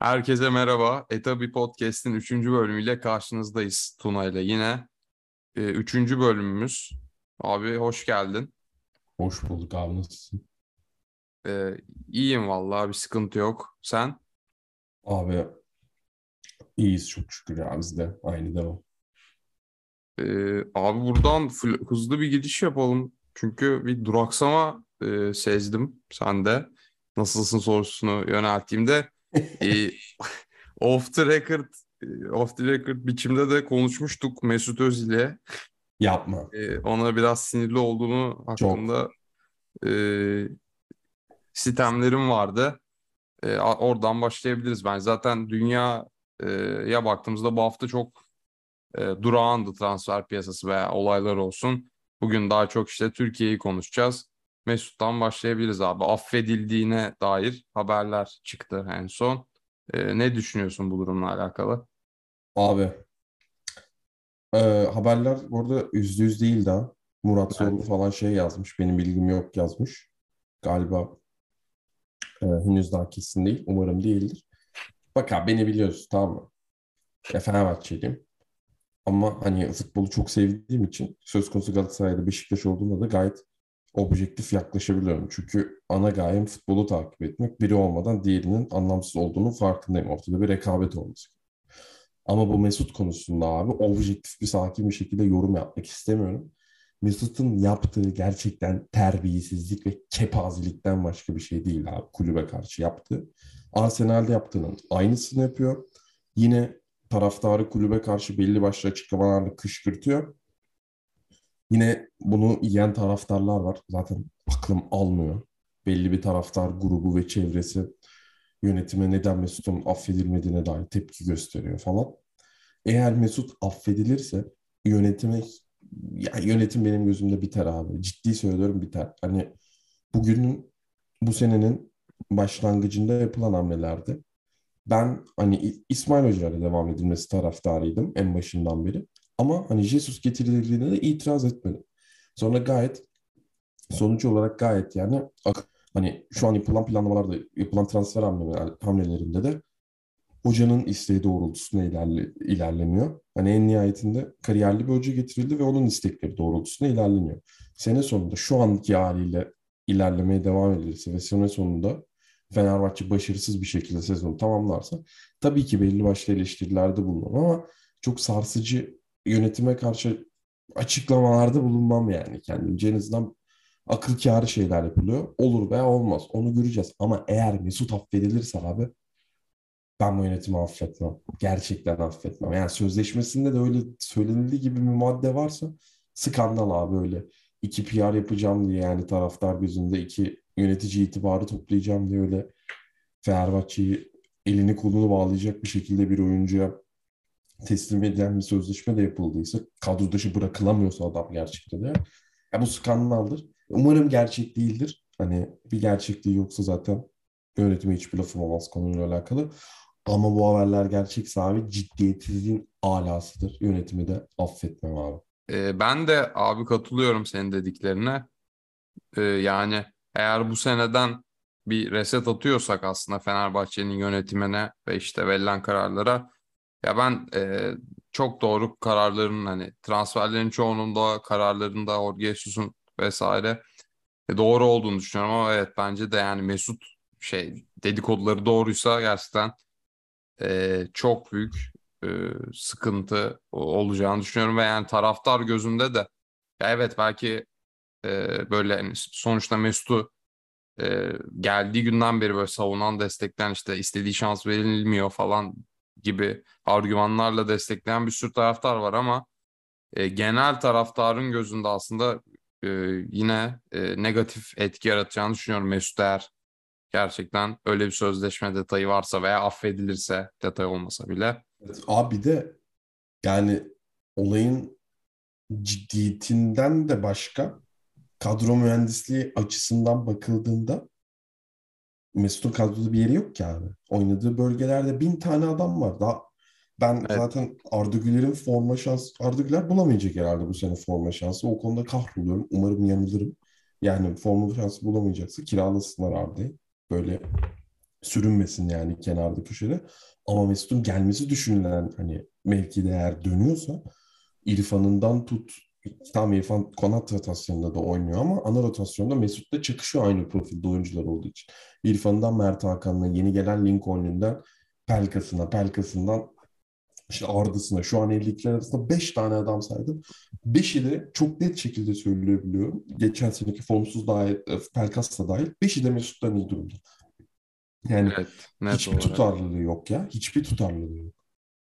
Herkese merhaba. Tabi Podcast'in üçüncü bölümüyle karşınızdayız Tuna ile yine. Üçüncü bölümümüz. Abi hoş geldin. Hoş bulduk abi, nasılsın? E, iyiyim vallahi bir sıkıntı yok. Sen? Abi iyiyiz çok şükür ya, biz de aynı devam. E, abi buradan hızlı bir gidiş yapalım. Çünkü bir duraksama sezdim sende. Nasılsın sorusunu yönelttiğimde. E, off the record, off the record biçimde de konuşmuştuk Mesut Özil'e. Yapma. Ona biraz sinirli olduğunu Çok. hakkında e, sistemlerim vardı. Oradan başlayabiliriz bence. Zaten dünyaya baktığımızda bu hafta çok durağandı transfer piyasası veya olaylar olsun. Bugün daha çok işte Türkiye'yi konuşacağız. Mesut'tan başlayabiliriz abi. Affedildiğine dair haberler çıktı en son. Ne düşünüyorsun bu durumla alakalı? Abi haberler bu arada %100 değil daha. Murat Zorlu Evet. falan şey yazmış. Benim bilgim yok yazmış. Galiba henüz daha kesin değil. Umarım değildir. Bak abi, beni biliyorsun, tamam mı? Ya Fenerbahçeliyim. Ama hani futbolu çok sevdiğim için söz konusu Galatasaray'da, Beşiktaş olduğunda da gayet objektif yaklaşabiliyorum. Çünkü ana gayem futbolu takip etmek. Biri olmadan diğerinin anlamsız olduğunun farkındayım. Ortada bir rekabet olması. Ama bu Mesut konusunda abi objektif bir, sakin bir şekilde yorum yapmak istemiyorum. Mesut'un yaptığı gerçekten terbiyesizlik ve kepazelikten başka bir şey değil abi, kulübe karşı yaptığı. Arsenal'de yaptığının aynısını yapıyor. Yine taraftarı kulübe karşı belli başlı açıklamalarla kışkırtıyor. Yine bunu yiyen taraftarlar var. Zaten aklım almıyor. Belli bir taraftar grubu ve çevresi yönetime neden Mesut'un affedilmediğine dair tepki gösteriyor falan. Eğer Mesut affedilirse yönetime, ya yönetim benim gözümde biter abi. Ciddi söylüyorum, biter. Hani bu senenin başlangıcında yapılan hamlelerde ben hani İsmail Hoca'yla devam edilmesi taraftarıydım en başından beri. Ama hani Jesus getirildiğine de itiraz etmedim. Sonra sonuç olarak gayet yani hani şu an yapılan planlamalarda, yapılan transfer hamlelerinde de hocanın isteği doğrultusunda ilerleniyor. Hani en nihayetinde kariyerli bir hoca getirildi ve onun istekleri doğrultusunda ilerleniyor. Sene sonunda şu anki haliyle ilerlemeye devam edilirse ve sene sonunda Fenerbahçe başarısız bir şekilde sezonu tamamlarsa tabii ki belli başlı eleştirilerde bulunur ama çok sarsıcı, yönetime karşı açıklamalarda bulunmam yani kendimce. En azından akıl kârı şeyler yapılıyor. Olur veya olmaz. Onu göreceğiz. Ama eğer Mesut affedilirse abi, ben bu yönetimi affetmem. Gerçekten affetmem. Yani sözleşmesinde de öyle söylenildiği gibi bir madde varsa skandal abi öyle. İki PR yapacağım diye, yani taraftar gözünde iki yönetici itibarı toplayacağım diye öyle Fenerbahçe'yi elini kolunu bağlayacak bir şekilde bir oyuncuya teslim edilen bir sözleşme de yapıldıysa, kadro dışı bırakılamıyorsa adam gerçekten de, ya bu skandaldır. Umarım gerçek değildir. Hani bir gerçekliği yoksa zaten yönetime hiçbir lafım olmaz konuyla alakalı. Ama bu haberler gerçekse abi ciddiyetsizliğin alasıdır. Yönetimi de affetmem abi. Ben de abi katılıyorum senin dediklerine. Yani eğer bu seneden bir reset atıyorsak aslında Fenerbahçe'nin yönetimine ve işte verilen kararlara, ya ben çok doğru kararların, hani transferlerin çoğunun da kararlarında Jorge Jesus'un vesaire doğru olduğunu düşünüyorum, ama evet bence de yani Mesut dedikoduları doğruysa gerçekten çok büyük e, sıkıntı olacağını düşünüyorum ve yani taraftar gözünde de, ya evet belki böyle hani sonuçta Mesut'u geldiği günden beri böyle savunan, destekleyen, işte istediği şans verilmiyor falan gibi argümanlarla destekleyen bir sürü taraftar var, ama genel taraftarın gözünde aslında e, yine negatif etki yaratacağını düşünüyorum Mesut, eğer gerçekten öyle bir sözleşme detayı varsa veya affedilirse, detay olmasa bile. Evet, abi bir de yani olayın ciddiyetinden de başka, kadro mühendisliği açısından bakıldığında Mesut'un kadroda bir yeri yok ki abi. Oynadığı bölgelerde 1.000 tane adam var. Ben Evet. zaten Arda Güler bulamayacak herhalde bu sene forma şansı. O konuda kahroluyorum. Umarım yanılırım. Yani forma şansı bulamayacaksa kiralasınlar Arda'yı. Böyle Sürünmesin yani kenarda köşede. Ama Mesut'un gelmesi düşünülen hani mevkide eğer dönüyorsa İrfan'ından tut, tam İrfan kanat rotasyonunda da oynuyor ama ana rotasyonda Mesut'la çakışıyor aynı profilde oyuncular olduğu için. İrfan'dan Mert Hakan'la, yeni gelen Lincoln'ünden Pelkas'ından işte Arda'sına, şu an evlilikler arasında 5 tane adam saydım. Beşi de çok net şekilde söyleyebiliyorum. Geçen seneki formsuz dahil, Pelkas da dahil. Beşi de Mesut'tan iyi durumda. Yani Evet, net hiçbir olarak. tutarlılığı yok ya. Hiçbir tutarlılığı yok.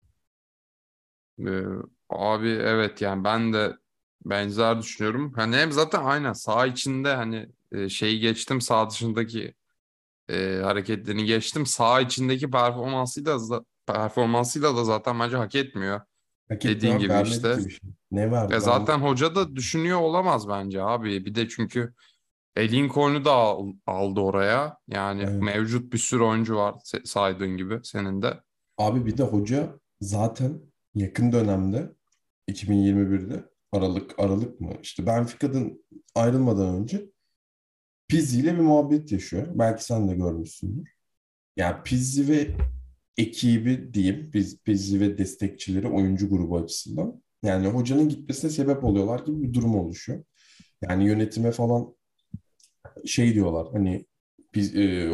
Ee, Abi evet, yani ben de benzer düşünüyorum. Hani hem zaten aynen saha içinde hani şeyi geçtim, saha dışındaki hareketlerini geçtim. Saha içindeki performansıyla da zaten bence hak etmiyor. Hak Dediğin etmiyor abi, gibi vermedi işte. ki bir şey. Ne verdi? Zaten Vermedi. hoca da düşünüyor olamaz bence abi. Bir de çünkü Lincoln'u da aldı oraya. Yani Evet. mevcut bir sürü oyuncu var saydığın gibi senin de. Abi bir de hoca zaten yakın dönemde 2021'de Aralık mı? İşte Benfica'dan ayrılmadan önce Pizzi ile bir muhabbet yaşıyor. Belki sen de görmüşsündür. Yani Pizzi ve ekibi diyeyim, Pizzi ve destekçileri oyuncu grubu açısından. Yani hocanın gitmesine sebep oluyorlar gibi bir durum oluşuyor. Yani yönetime falan şey diyorlar hani biz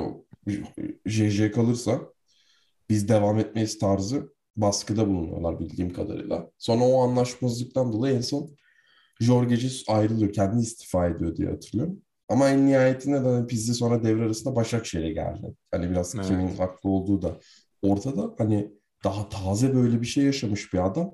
JJ kalırsa biz devam etmeyiz tarzı baskıda bulunuyorlar bildiğim kadarıyla. Sonra o anlaşmazlıktan dolayı en son Jorge Jesus ayrılıyor. Kendi istifa ediyor diye hatırlıyorum. Ama en nihayetinde de hani Pizzi sonra devre arasında Başakşehir'e geldi. Hani biraz kimin Evet. haklı olduğu da ortada. Hani daha taze böyle bir şey yaşamış bir adam.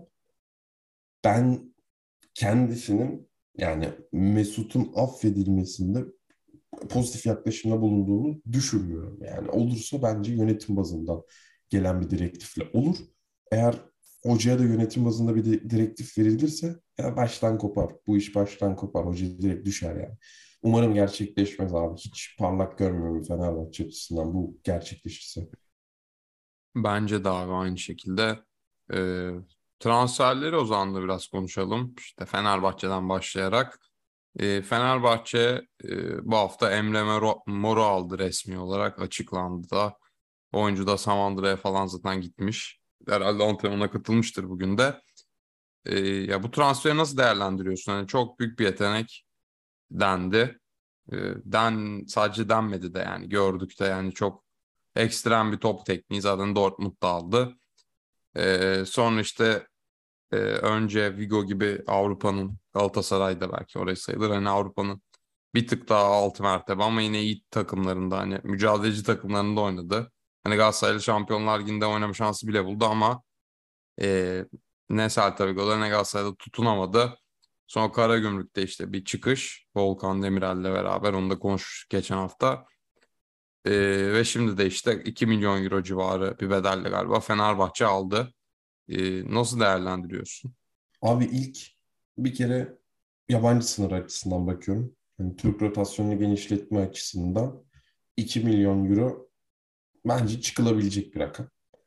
Ben kendisinin yani Mesut'un affedilmesinde pozitif yaklaşımda bulunduğunu düşünmüyorum. Yani olursa bence yönetim bazından gelen bir direktifle olur. Eğer hocaya da yönetim bazında bir direktif verilirse ya baştan kopar. Bu iş baştan kopar. Hoca direkt düşer yani. Umarım gerçekleşmez abi. Hiç parlak görmüyorum Fenerbahçe açısından bu gerçekleşirse. Bence de abi aynı şekilde. Ee, Transferleri o zaman da biraz konuşalım. İşte Fenerbahçe'den başlayarak. Fenerbahçe bu hafta Emre Mor'u aldı, resmi olarak açıklandı da. Oyuncu da Samandıra'ya falan zaten gitmiş. Herhalde antrenmana katılmıştır bugün de. Ya bu transferi nasıl değerlendiriyorsun? Hani çok büyük bir yetenek dendi. Sadece denmedi de, yani gördük de, yani çok ekstrem bir top tekniği zaten Dortmund da aldı. Sonra işte önce Vigo gibi Avrupa'nın, Galatasaray'da belki orayı sayılır. Hani Avrupa'nın bir tık daha altı mertebe ama yine iyi takımlarında, hani mücadeleci takımlarında oynadı. Hani Galatasaray'la Şampiyonlar Ligi'nde oynama şansı bile buldu ama e, ne Celta Vigo'da ne Galatasaray'da tutunamadı. Sonra Karagümrük'te işte bir çıkış. Volkan Demirel'le beraber, onu da konuştuk geçen hafta. Ve şimdi de işte 2 milyon euro civarı bir bedelle galiba Fenerbahçe aldı. Nasıl değerlendiriyorsun? Abi ilk bir kere yabancı sınır açısından bakıyorum. Yani Türk rotasyonunu genişletme açısından 2 milyon euro bence çıkılabilecek bir rakam.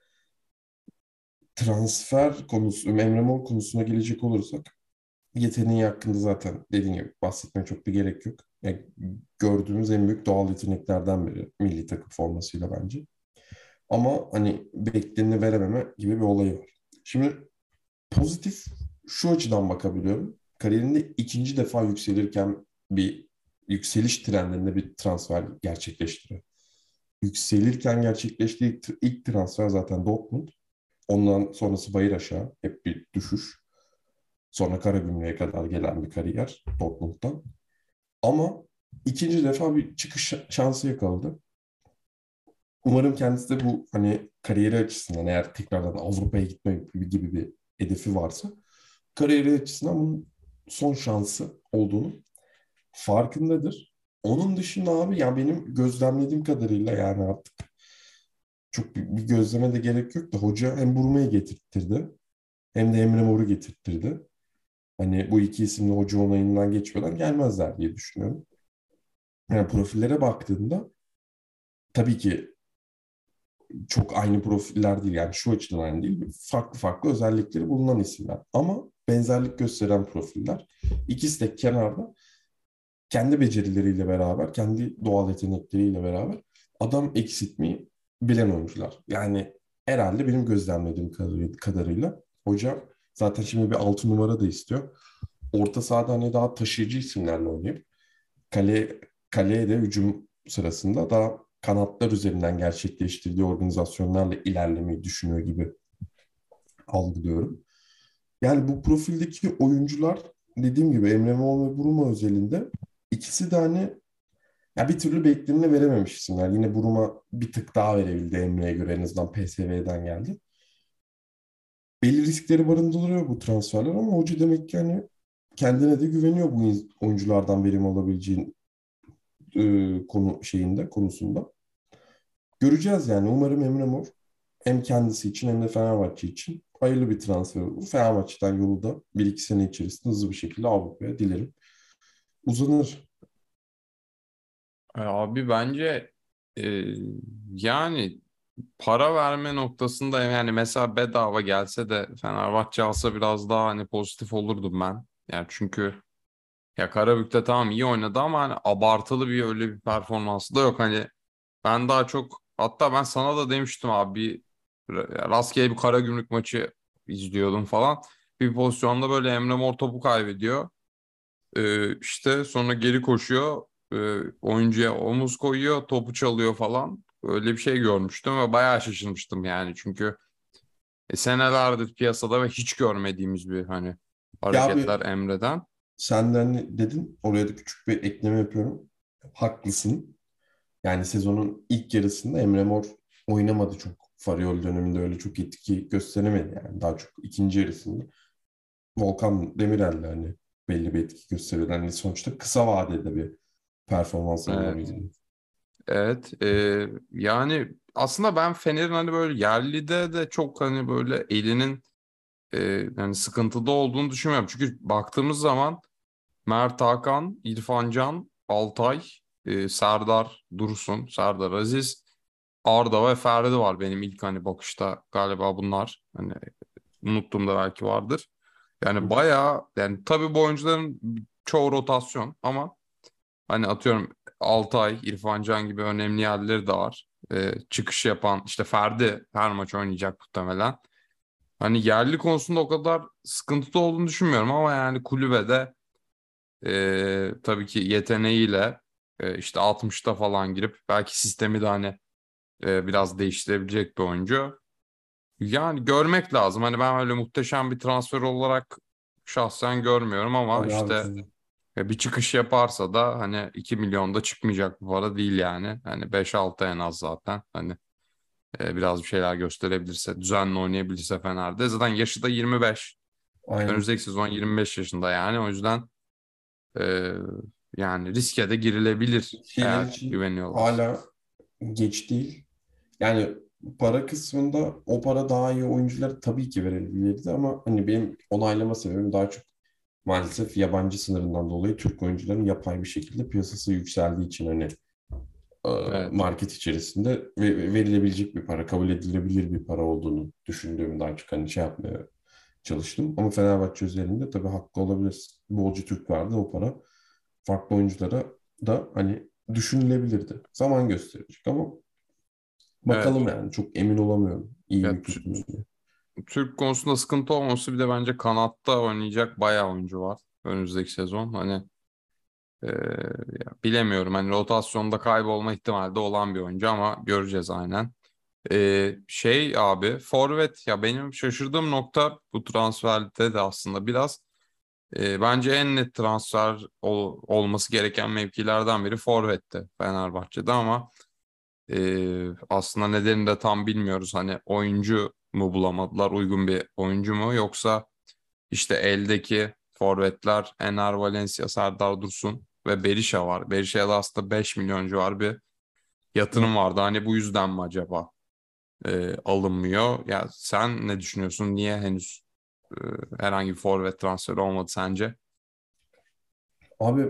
Transfer konusu, Emre Mor konusuna gelecek olursak yeteneği hakkında zaten dediğim gibi bahsetmeye çok bir gerek yok. Yani gördüğümüz en büyük doğal yeteneklerden biri milli takım formasıyla bence. Ama hani bekleneni verememe gibi bir olayı var. Şimdi pozitif şu açıdan bakabiliyorum. Kariyerinde ikinci defa yükselirken bir yükseliş trendinde bir transfer gerçekleştiriyor. Yükselirken gerçekleştiği ilk transfer zaten Dortmund. Ondan sonrası bayır aşağı. Hep bir düşüş. Sonra Karagümrük'e kadar gelen bir kariyer Dortmund'dan. Ama ikinci defa bir çıkış şansı yakaladı. Umarım kendisi de bu hani kariyeri açısından eğer tekrardan Avrupa'ya gitme gibi bir hedefi varsa kariyeri açısından bunun son şansı olduğunu farkındadır. Onun dışında abi ya benim gözlemlediğim kadarıyla yani artık çok bir gözleme de gerek yok da hoca hem Buruma'yı getirttirdi hem de Emre Mor'u getirttirdi. Hani bu iki isimli hoca onayından geçmeden gelmezler diye düşünüyorum. Yani profillere baktığında tabii ki çok aynı profiller değil. Yani şu açıdan aynı değil. Farklı farklı özellikleri bulunan isimler. Ama benzerlik gösteren profiller. İkisi de kenarda kendi becerileriyle beraber, kendi doğal yetenekleriyle beraber adam eksiltmeyi bilen oyuncular. Yani herhalde benim gözlemlediğim kadarıyla hoca zaten şimdi bir 6 numara da istiyor. Orta sahada hani daha taşıyıcı isimlerle oynayıp kaleye de hücum sırasında daha kanatlar üzerinden gerçekleştirdiği organizasyonlarla ilerlemeyi düşünüyor gibi algılıyorum. Yani bu profildeki oyuncular dediğim gibi Emre Mor ve Buruma özelinde ikisi de hani ya bir türlü bekleneni verememiş isimler. Yine Buruma bir tık daha verebildi Emre'ye göre en azından PSV'den geldi. Belli riskleri barındırıyor bu transferler ama hoca demek ki hani kendine de güveniyor bu oyunculardan verim alabileceğin konusunda. Göreceğiz yani. Umarım Emre Mor hem kendisi için hem de Fenerbahçe için hayırlı bir transfer olur. Fenerbahçe'den yolu da bir iki sene içerisinde hızlı bir şekilde Avrupa'ya dilerim uzanır. Abi bence e, yani para verme noktasında yani mesela bedava gelse de Fenerbahçe alsa biraz daha hani pozitif olurdum ben. Yani çünkü ya Karabük'te tamam iyi oynadı ama hani abartılı bir öyle bir performansı da yok. Hani ben daha çok hatta ben sana da demiştim abi rastgele bir Karagümrük maçı izliyordum falan. Bir pozisyonda böyle Emre Mor topu kaybediyor. İşte sonra geri koşuyor. Oyuncuya omuz koyuyor, topu çalıyor falan. Öyle bir şey görmüştüm ve bayağı şaşırmıştım yani. Çünkü senelerdir piyasada ve hiç görmediğimiz bir hani Ya abi hareketler Emre'den. senden dedin oraya da küçük bir ekleme yapıyorum. Haklısın. Yani sezonun ilk yarısında Emre Mor oynamadı çok. Fariol döneminde öyle çok etki gösteremedi yani. Daha çok ikinci yarısında. Volkan Demirel'le hani belli bir etki gösteriyordu. Hani sonuçta kısa vadede bir performans Evet. alınabildi. Evet. Yani aslında ben Fener'in hani böyle yerlide de çok hani böyle elinin e, yani sıkıntıda olduğunu düşünmüyorum. Çünkü baktığımız zaman Mert Hakan, İrfan Can, Altay, Serdar Dursun, Serdar Aziz, Arda ve Ferdi var benim ilk hani bakışta galiba bunlar. Hani unuttuğumda belki vardır. Hı Yani hı. bayağı yani tabii bu oyuncuların çoğu rotasyon ama hani atıyorum Altay, İrfan Can gibi önemli yerleri de var. Çıkış yapan işte Ferdi her maç oynayacak muhtemelen. Hani yerli konusunda o kadar sıkıntıda olduğunu düşünmüyorum ama yani kulübede tabii ki yeteneğiyle işte 60'ta falan girip belki sistemi de hani biraz değiştirebilecek bir oyuncu. Yani görmek lazım. Hani ben öyle muhteşem bir transfer olarak şahsen görmüyorum ama Tabii abi işte tabii. bir çıkış yaparsa da hani 2 milyonda çıkmayacak bir para değil yani. Hani 5-6 en az zaten. Hani biraz bir şeyler gösterebilirse, düzenli oynayabilirse Fener'de. Zaten yaşı da 25. Aynen. Önümüzdeki sezon 25 yaşında yani. O yüzden Ee, yani riske de girilebilir Şeyler eğer için güveniyorlarsa. hala geç değil. Yani para kısmında o para daha iyi oyunculara tabii ki verilirdi ama hani benim onaylama sebebim daha çok maalesef yabancı sınırından dolayı Türk oyuncuların yapay bir şekilde piyasası yükseldiği için hani e, Evet. market içerisinde verilebilecek bir para, kabul edilebilir bir para olduğunu düşündüğüm daha çok hani şey yapmaya çalıştım. Ama Fenerbahçe özelinde tabii hakkı olabilir. Bolcu Türk vardı o para. Farklı oyunculara da hani düşünülebilirdi. Zaman gösterecek ama Evet. bakalım yani çok emin olamıyorum. İyi Ya, mi kötü mü diye. Türk konusunda sıkıntı olması bir de bence kanatta oynayacak bayağı oyuncu var önümüzdeki sezon. Hani ya bilemiyorum hani rotasyonda kaybolma ihtimali de olan bir oyuncu ama göreceğiz aynen. Şey abi forvet ya benim şaşırdığım nokta bu transferde de aslında biraz bence en net transfer olması gereken mevkilerden biri forvetti Fenerbahçe'de ama aslında nedenini de tam bilmiyoruz. Hani oyuncu mu bulamadılar, uygun bir oyuncu mu yoksa işte eldeki forvetler Ener Valencia, Serdar Dursun ve Berisha var. Berisha'ya da aslında 5 milyon civar bir yatırım vardı. Hani bu yüzden mi acaba alınmıyor? Ya sen ne düşünüyorsun? Niye henüz e, herhangi bir forvet transferi olmadı sence? Abi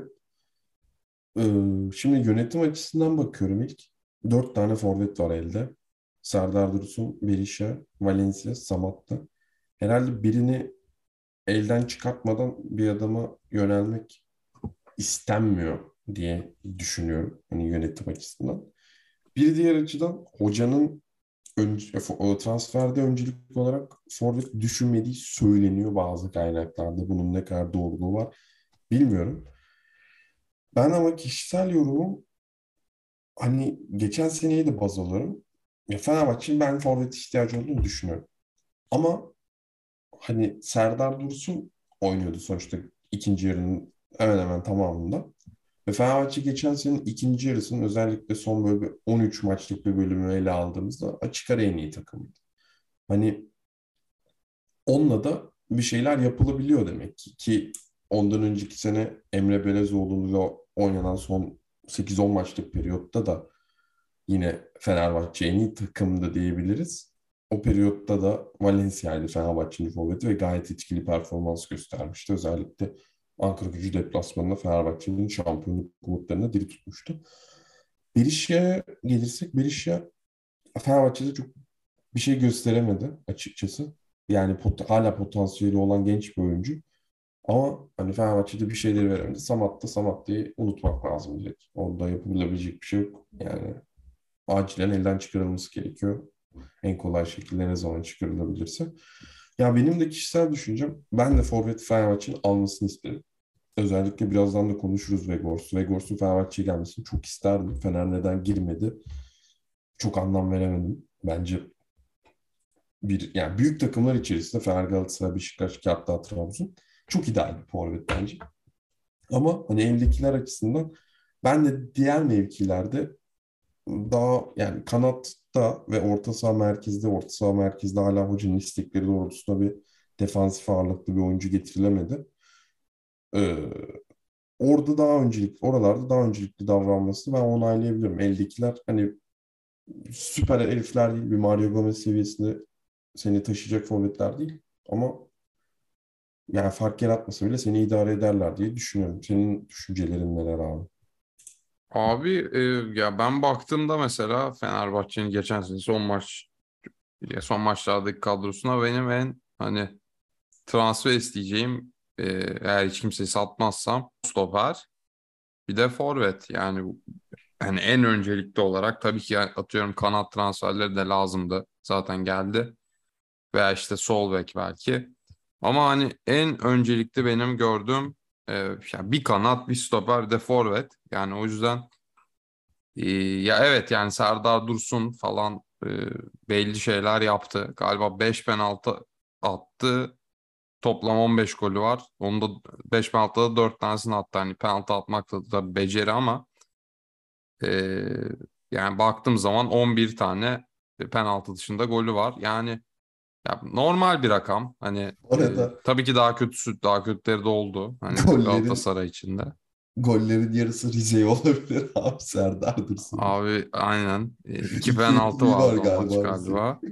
şimdi yönetim açısından bakıyorum ilk. Dört tane forvet var elde. Serdar Dursun, Berisha, Valencia, Samatta. Herhalde birini elden çıkartmadan bir adama yönelmek istenmiyor diye düşünüyorum. Hani yönetim açısından. Bir diğer açıdan hocanın o transferde öncelikli olarak forvet düşünmediği söyleniyor bazı kaynaklarda. Bunun ne kadar doğruluğu var bilmiyorum. Ben ama kişisel yorumum, hani geçen seneyi de baz alırım. Ya Fenerbahçe'nin ben forvet ihtiyacı olduğunu düşünüyorum. Ama hani Serdar Dursun oynuyordu sonuçta ikinci yarının hemen hemen tamamında. Ve Fenerbahçe geçen senenin ikinci yarısının özellikle son böyle bir 13 maçlık bir bölümü ele aldığımızda açık ara en iyi takımıydı. Hani onunla da bir şeyler yapılabiliyor demek ki ondan önceki sene Emre Belezoğlu'yla oynanan son 8-10 maçlık periyotta da yine Fenerbahçe en iyi takımdı diyebiliriz. O periyotta da Valencia'ydı Fenerbahçe'nin forveti ve gayet etkili performans göstermişti. Özellikle Ankara-Gücü deplasmanında Fenerbahçe'nin şampiyonluk umutlarını diri tutmuştu. Berisha'ya gelirsek, Berisha Fenerbahçe'de çok bir şey gösteremedi açıkçası. Yani hala potansiyeli olan genç bir oyuncu. Ama hani Fenerbahçe'de bir şeyleri veremedi. Samat diye unutmak lazım direkt. Orada yapılabilecek bir şey yok. Yani acilen elden çıkarılması gerekiyor. En kolay şekilde ne zaman çıkarılabilirse. Ya benim de kişisel düşüncem, ben de forvet Fenerbahçe'nin almasını isterim. Özellikle birazdan da konuşuruz Weghorst. Weghorst'un Fenerbahçe'ye gelmesini çok isterdim. Fener neden girmedi? Çok anlam veremedim. Bence yani büyük takımlar içerisinde Fener, Galatasaray, Beşiktaş, ki hatta Trabzon çok ideal bir forvet bence. Ama hani eldekiler açısından ben de diğer mevkilerde daha, yani kanatta ve orta saha merkezde hala hocanın istekleri doğrultusunda bir defansif ağırlıklı bir oyuncu getirilemedi. Ee, oralarda daha öncelikli davranmasını ben onaylayabilirim. Eldekiler hani süper herifler değil, bir Mario Gomez seviyesinde seni taşıyacak forvetler değil. Ama yani fark yaratmasa bile seni idare ederler diye düşünüyorum. Senin düşüncelerin neler abi? Abi ya ben baktığımda mesela Fenerbahçe'nin geçen sene son maçlardaki kadrosuna benim en hani transfer isteyeceğim, eğer hiç kimseyi satmazsam stoper, bir de forvet. Yani en öncelikli olarak tabii ki atıyorum kanat transferleri de lazımdı. Zaten geldi. Veya işte sol bek belki. Ama hani en öncelikli benim gördüğüm, yani bir kanat, bir stoper, bir de forvet. Yani o yüzden ya evet, yani Serdar Dursun falan belli şeyler yaptı. Galiba 5 penaltı attı. Toplam 15 golü var. Onu da 5 penaltıda da 4 tanesini attı. Hani penaltı atmak da tabii beceri ama e, yani baktığım zaman 11 tane penaltı dışında golü var. Yani ya normal bir rakam. Hani Bu arada tabii ki daha kötüleri de oldu. Hani gollerin Galatasaray içinde. gollerin yarısı Rize'ye olabilir abi, Serdar Dursun'un. Abi aynen. İki İki penaltı etkinliği var vardı o maç galiba Rize'nin. galiba.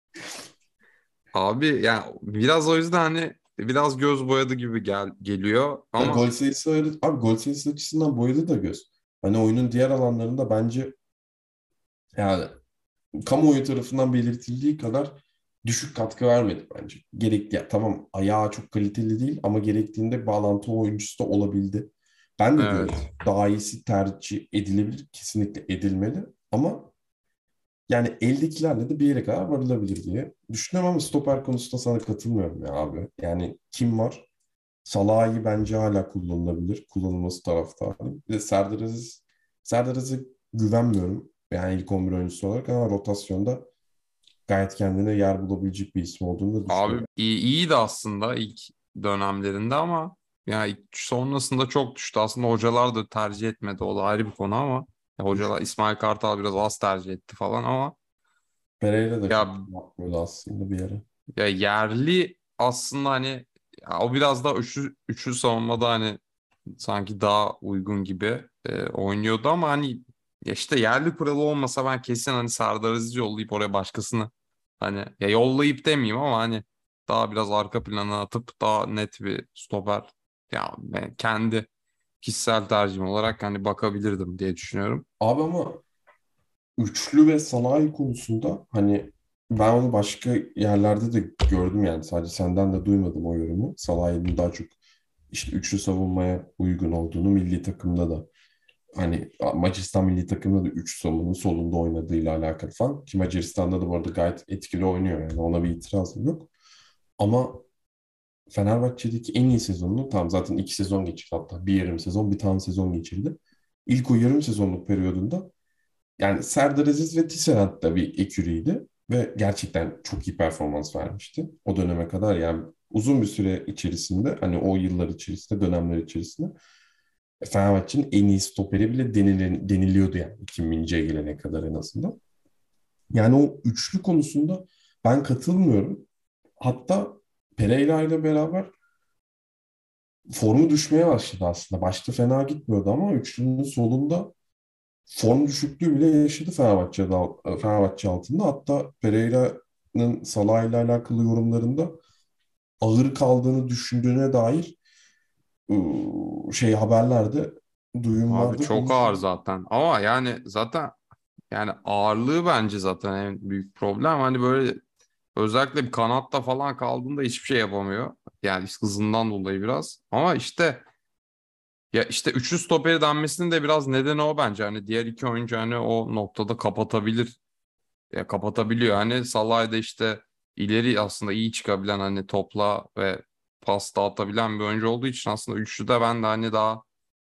Abi yani biraz o yüzden hani biraz göz boyadı gibi geliyor Ya ama gol sayısı öyle. Abi gol sayısı açısından boyadı da göz. Hani oyunun diğer alanlarında bence, yani kamuoyu tarafından belirtildiği kadar düşük katkı vermedi bence. Gerekli, ya tamam ayağı çok kaliteli değil ama gerektiğinde bağlantı oyuncusu da olabildi. Ben de diyorum evet. daha iyisi tercih edilebilir, kesinlikle edilmeli ama yani eldekilerle de bir yere kadar varılabilir diye düşünüyorum ama stoper konusunda sana katılmıyorum ya abi. Yani kim var? Salah'ı bence hala kullanılabilir. Kullanılması taraftarıyım. Bir de Serdar Aziz'e güvenmiyorum. Yani ilk 11 oyuncusu olarak ama rotasyonda gayet kendine yer bulabilecek bir isim olduğunu da Abi düşünüyorum. iyiydi aslında ilk dönemlerinde ama yani sonrasında çok düştü. Aslında hocalar da tercih etmedi. O da ayrı bir konu ama hocalar İsmail Kartal biraz az tercih etti falan ama Pereira da çok ya yapmıyordu aslında bir ara. yerli aslında hani o biraz daha üçlü savunmada hani sanki daha uygun gibi oynuyordu ama hani ya işte yerli kuralı olmasa ben kesin hani Serdar Aziz'i yollayıp oraya başkasını, hani ya yollayıp demeyeyim ama hani daha biraz arka plana atıp daha net bir stoper, ya ben kendi kişisel tercihim olarak hani bakabilirdim diye düşünüyorum. Abi ama üçlü ve sanayi konusunda hani ben onu başka yerlerde de gördüm, yani sadece senden de duymadım o yorumu. Salah'ın daha çok işte üçlü savunmaya uygun olduğunu milli takımda da Hani Macaristan milli takımında da 3 savunmanın solunda oynadığıyla alakalı falan. Ki Macaristan'da da bu arada gayet etkili oynuyor yani. Ona bir itirazım yok. Ama Fenerbahçe'deki en iyi sezonunu tam zaten 2 sezon geçirdi hatta. Bir yarım sezon, bir tam sezon geçirdi. İlk o yarım sezonluk periyodunda yani Serdar Aziz ve Tisserand da bir eküriydi. Ve gerçekten çok iyi performans vermişti. O döneme kadar yani uzun bir süre içerisinde hani o yıllar içerisinde, dönemler içerisinde Fenerbahçe'nin en iyi stoperi bile deniliyordu yani 2000'liye gelene kadar en azından. Yani o üçlü konusunda ben katılmıyorum. Hatta Pereira ile beraber formu düşmeye başladı aslında. Başta fena gitmiyordu ama üçlünün solunda form düşüklüğü bile yaşadı Fenerbahçe altında. Hatta Pereira'nın Salah ile alakalı yorumlarında ağır kaldığını düşündüğüne dair haberlerde Abi duyumlarda çok ağır konuşuluyor. zaten. Ama yani zaten yani ağırlığı bence zaten en büyük problem. Hani böyle özellikle bir kanatta falan kaldığında hiçbir şey yapamıyor. Yani işte hızından dolayı biraz. Ama işte ya işte üçlü stoperi denmesinin de biraz nedeni o bence. Hani diğer iki oyuncu hani o noktada kapatabilir. Ya kapatabiliyor. Hani Salah da işte ileri aslında iyi çıkabilen hani topla ve pas dağıtabilen bir oyuncu olduğu için aslında üçlüde ben de hani daha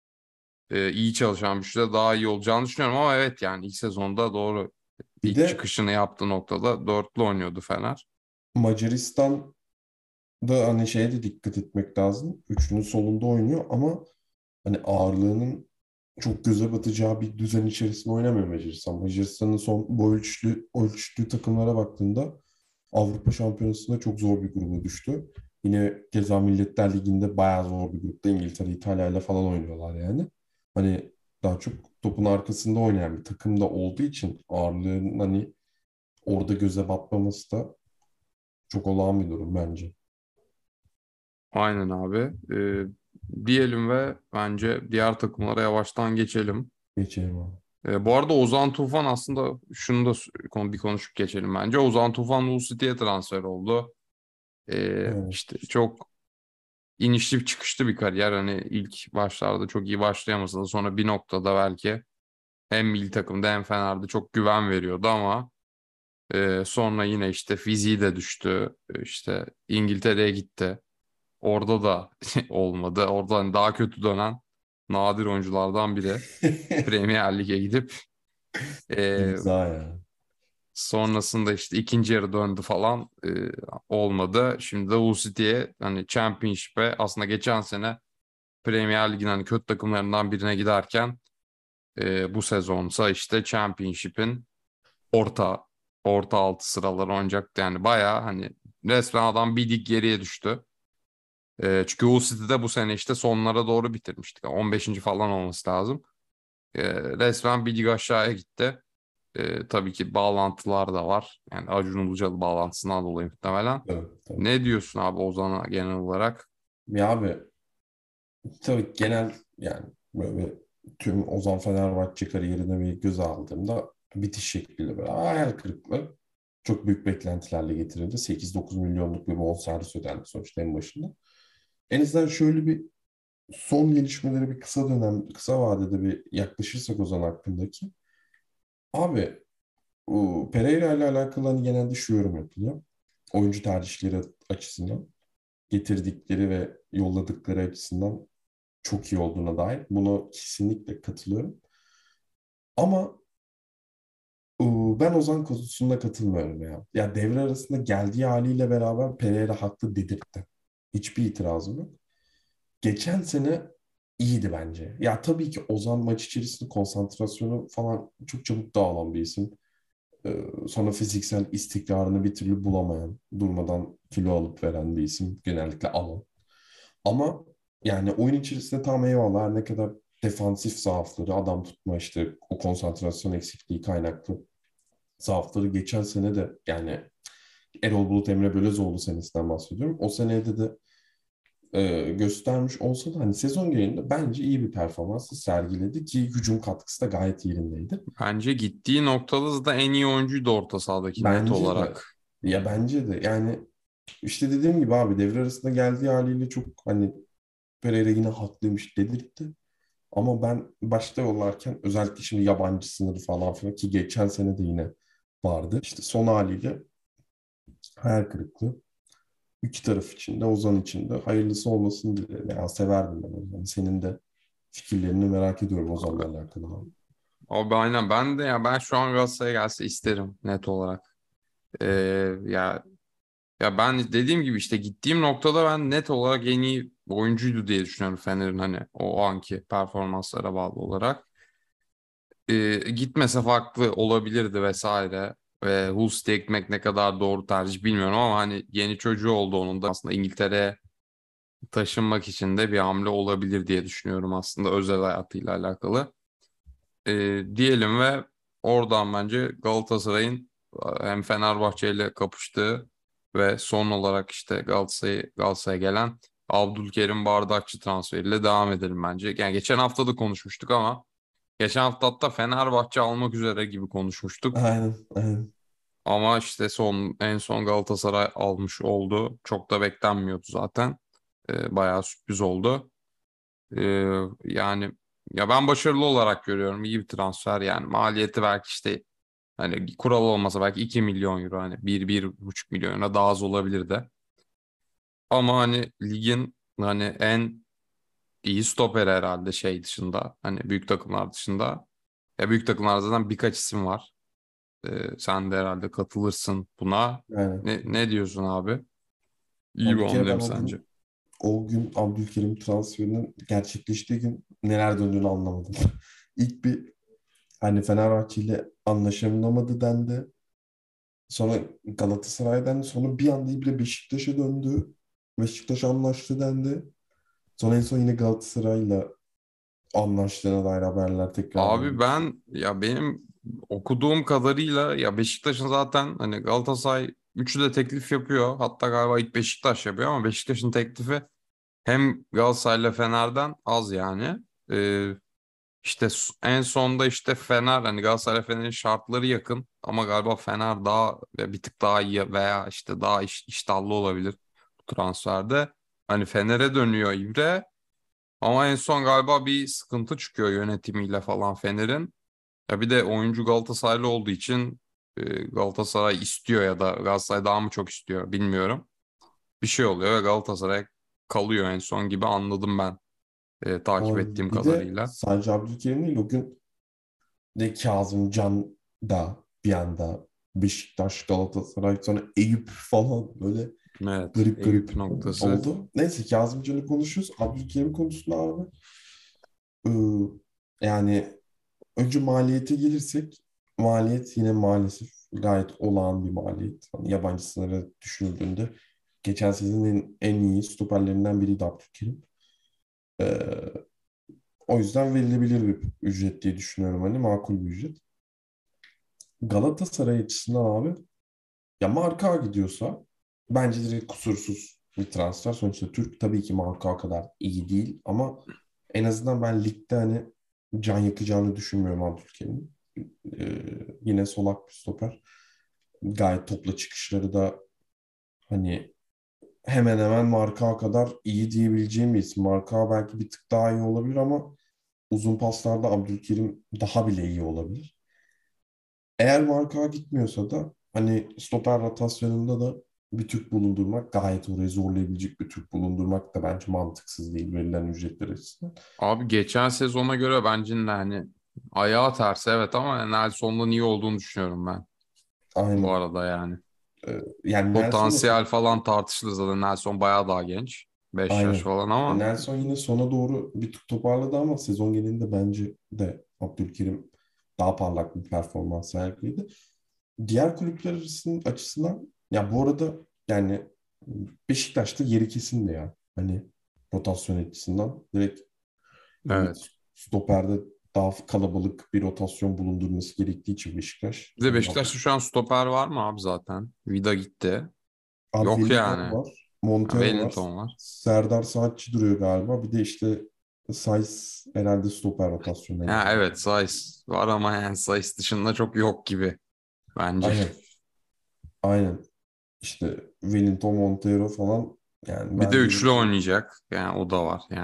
iyi çalışan bir üçlüde daha iyi olacağını düşünüyorum. Ama evet yani ilk sezonda doğru Bir ilk de çıkışını yaptığı noktada dörtlü oynuyordu Fener. Macaristan'da hani şeye de dikkat etmek lazım. Üçünün solunda oynuyor ama hani ağırlığının çok göze batacağı bir düzen içerisinde oynamıyor Macaristan. Macaristan'ın son bu ölçtüğü takımlara baktığında Avrupa Şampiyonası'nda çok zor bir gruba düştü. Yine keza Milletler Ligi'nde bayağı zor bir grupta İngiltere, İtalya ile falan oynuyorlar yani. Hani daha çok topun arkasında oynayan bir takımda olduğu için ağırlığın hani orada göze batmaması da çok olağan bir durum bence. Aynen abi. Diyelim ve bence diğer takımlara yavaştan geçelim. Geçelim abi. Bu arada Ozan Tufan aslında şunu da bir konuşup geçelim bence. Ozan Tufan Hull City'ye transfer oldu. Evet. İşte çok inişli çıkışlı bir kariyer. Hani ilk başlarda çok iyi başlayamasa da sonra bir noktada belki hem milli takımda hem Fener'de çok güven veriyordu ama sonra yine işte fiziği de düştü. İşte İngiltere'ye gitti. Orada da olmadı. Oradan daha kötü dönen nadir oyunculardan biri. Premier Lig'e gidip e, İmza ya. sonrasında işte ikinci yarı döndü falan olmadı. Şimdi de Hull City'ye hani Championship'e aslında geçen sene Premier Lig'in hani kötü takımlarından birine giderken bu sezonsa işte Championship'in orta orta altı sıraları oynayacaktı. Yani bayağı hani resmen adam bir lig geriye düştü. Çünkü Hull City'de bu sene işte sonlara doğru bitirmiştik. 15. falan olması lazım. Resmen bir lig aşağıya gitti. Tabii ki bağlantılar da var. Yani Acun Ilıcalı bağlantısından dolayı muhtemelen. Evet, tabii. Ne diyorsun abi Ozan'a genel olarak? Ya abi tabii genel yani böyle tüm Ozan Fenerbahçe kariyerine bir göz aldığımda bitiş şekliyle böyle hayal kırıklığı. Çok büyük beklentilerle getirildi. 8-9 milyonluk bir bonservis ödendi sonuçta en başında. En azından şöyle bir son gelişmeleri bir kısa vadede bir yaklaşırsak Ozan hakkındaki. Abi bu Pereira ile alakalı hani genelde şu yorum yapılıyor. Oyuncu tercihleri açısından, getirdikleri ve yolladıkları açısından çok iyi olduğuna dair. Buna kesinlikle katılıyorum. Ama ben Ozan konusunda katılmıyorum ya. Ya devre arasında geldiği haliyle beraber Pereira haklı dedirtti. Hiçbir itirazım yok. Geçen sene iyiydi bence. Ya tabii ki Ozan maç içerisinde konsantrasyonu falan çok çabuk dağılan bir isim. Sonra fiziksel istikrarını bir türlü bulamayan, durmadan kilo alıp veren bir isim. Genellikle alan. Ama yani oyun içerisinde tam eyvallah her ne kadar defansif zaafları, adam tutma işte o konsantrasyon eksikliği kaynaklı zaafları geçen sene de yani Erol Bulut Emre Belözoğlu senesinden bahsediyorum. O senede de göstermiş olsa da hani sezon genelinde bence iyi bir performans sergiledi ki hücum katkısı da gayet yerindeydi. Bence gittiği noktada da en iyi oyuncuydu orta sahadaki net Bence de olarak. ya bence de yani işte dediğim gibi abi devre arasında geldiği haliyle çok hani Pereira yine haklıymış dedirtti. Ama ben başta yollarken özellikle şimdi yabancı sınırı falan filan ki geçen sene de yine vardı. İşte son haliyle hayal kırıklığı. İki taraf için de Ozan için de hayırlısı olmasını dilerim. Yani severdim ben Ozan'ı. Senin de fikirlerini merak ediyorum Ozan'la alakalı. Abi aynen, ben de ya, ben şu an Galatasaray'a gelse isterim net olarak. Ee, ya ya ben dediğim gibi işte gittiğim noktada ben net olarak en iyi oyuncuydu diye düşünüyorum Fener'in, hani o anki performanslara bağlı olarak. Gitmese farklı olabilirdi vesaire. Ve Hulst'e gitmek ne kadar doğru tercih bilmiyorum ama hani yeni çocuğu oldu onun da, aslında İngiltere'ye taşınmak için de bir hamle olabilir diye düşünüyorum aslında, özel hayatıyla alakalı. Diyelim ve oradan bence Galatasaray'ın hem Fenerbahçe ile kapıştığı ve son olarak işte Galatasaray'a gelen Abdülkerim Bardakçı transferiyle devam edelim bence. Yani geçen hafta da konuşmuştuk ama geçen hafta hatta Fenerbahçe almak üzere gibi konuşmuştuk. Aynen, aynen. Ama işte en son Galatasaray almış oldu. Çok da beklenmiyordu zaten. Bayağı sürpriz oldu. Yani ya ben başarılı olarak görüyorum. İyi bir transfer yani. Maliyeti belki işte, hani kural olmasa belki 2 milyon euro, hani 1,5 milyona daha az olabilir de. Ama hani ligin hani en iyi stoperi herhalde şey dışında, hani büyük takımlar dışında. Ya büyük takımlarda zaten birkaç isim var. Sen de herhalde katılırsın buna. Aynen. Ne diyorsun abi? İyi bir Abi bir kere hamle ben mi sence? o gün Abdülkerim transferinin gerçekleştiği gün neler döndüğünü anlamadım. İlk bir hani Fenerbahçe ile anlaşamadı dendi. Sonra Galatasaray'dan sonra bir anda İbre Beşiktaş'a döndü. Beşiktaş anlaştı dendi. Sonra en son yine Galatasaray'la anlaştığına dair haberler tekrardan Abi geçti. ben, ya benim okuduğum kadarıyla ya Beşiktaş'ın zaten hani Galatasaray üçü de teklif yapıyor. Hatta galiba ilk Beşiktaş yapıyor ama Beşiktaş'ın teklifi hem Galatasaray'la Fener'den az yani. İşte en sonda işte Fener, hani Galatasaray Fener'in şartları yakın ama galiba Fener daha bir tık daha iyi veya işte daha iştahlı olabilir bu transferde. Hani Fener'e dönüyor İbre ama en son galiba bir sıkıntı çıkıyor yönetimiyle falan Fener'in. Ya bir de oyuncu Galatasaraylı olduğu için Galatasaray istiyor ya da Galatasaray daha mı çok istiyor bilmiyorum. Bir şey oluyor ve Galatasaray kalıyor en son gibi anladım ben takip ettiğim Olabilir. Bir de kadarıyla. sadece Abdülkerim değil o gün de Kazımcan da bir anda Beşiktaş, Galatasaray sonra Eyüp falan böyle Evet, garip Eyüp garip noktası. oldu. Neyse Kazımcan'ı konuşuyoruz. Abdülkerim konusunda abi yani önce maliyete gelirsek maliyet yine maalesef gayet olağan bir maliyet. Hani yabancı sınırı düşünüldüğünde geçen senenin en iyi stoperlerinden biriydi Abdülkerim. Ee, O yüzden verilebilir bir ücret diye düşünüyorum hani makul bir ücret. Galatasaray açısından abi ya marka gidiyorsa bence direkt kusursuz bir transfer. Sonuçta Türk tabii ki marka kadar iyi değil ama en azından ben ligde hani can yakacağını düşünmüyorum Abdülkerim'in. Yine solak bir stoper. Gayet topla çıkışları da hani hemen hemen marka kadar iyi diyebileceğim bir isim. Marka belki bir tık daha iyi olabilir ama uzun paslarda Abdülkerim daha bile iyi olabilir. Eğer marka gitmiyorsa da hani stoper rotasyonunda da bir Türk bulundurmak gayet orayı zorlayabilecek bir Türk bulundurmak da bence mantıksız değil verilen ücretler açısından. Abi geçen sezona göre bence de hani ayağı tersi evet ama Nelson'dan iyi olduğunu düşünüyorum ben bu Aynen. arada yani. Yani Nelson da Potansiyel falan tartışılır zaten. Nelson bayağı daha genç. 5 yaş aynen. falan ama Nelson yine sona doğru bir tık toparladı ama sezon genelinde bence de Abdülkerim daha parlak bir performans sergiledi. Diğer kulüpler açısından ya bu arada yani Beşiktaş'ta yeri kesindi ya. Hani rotasyon açısından direkt evet. stoperde daha kalabalık bir rotasyon bulundurması gerektiği için Beşiktaş. Bir de Hani Beşiktaş'ta şu an stoper var mı abi zaten? Vida gitti. abi Yok Wellington yani. var, Montero var, Wellington var. Serdar Saatçi duruyor galiba. Bir de işte Saiz herhalde stoper rotasyonuna Ha giriyor. evet, Saiz var ama yani Saiz dışında çok yok gibi bence. Aynen, aynen. İşte Wellington, Montero falan yani Bir de bence üçlü bir oynayacak. Yani o da var yani.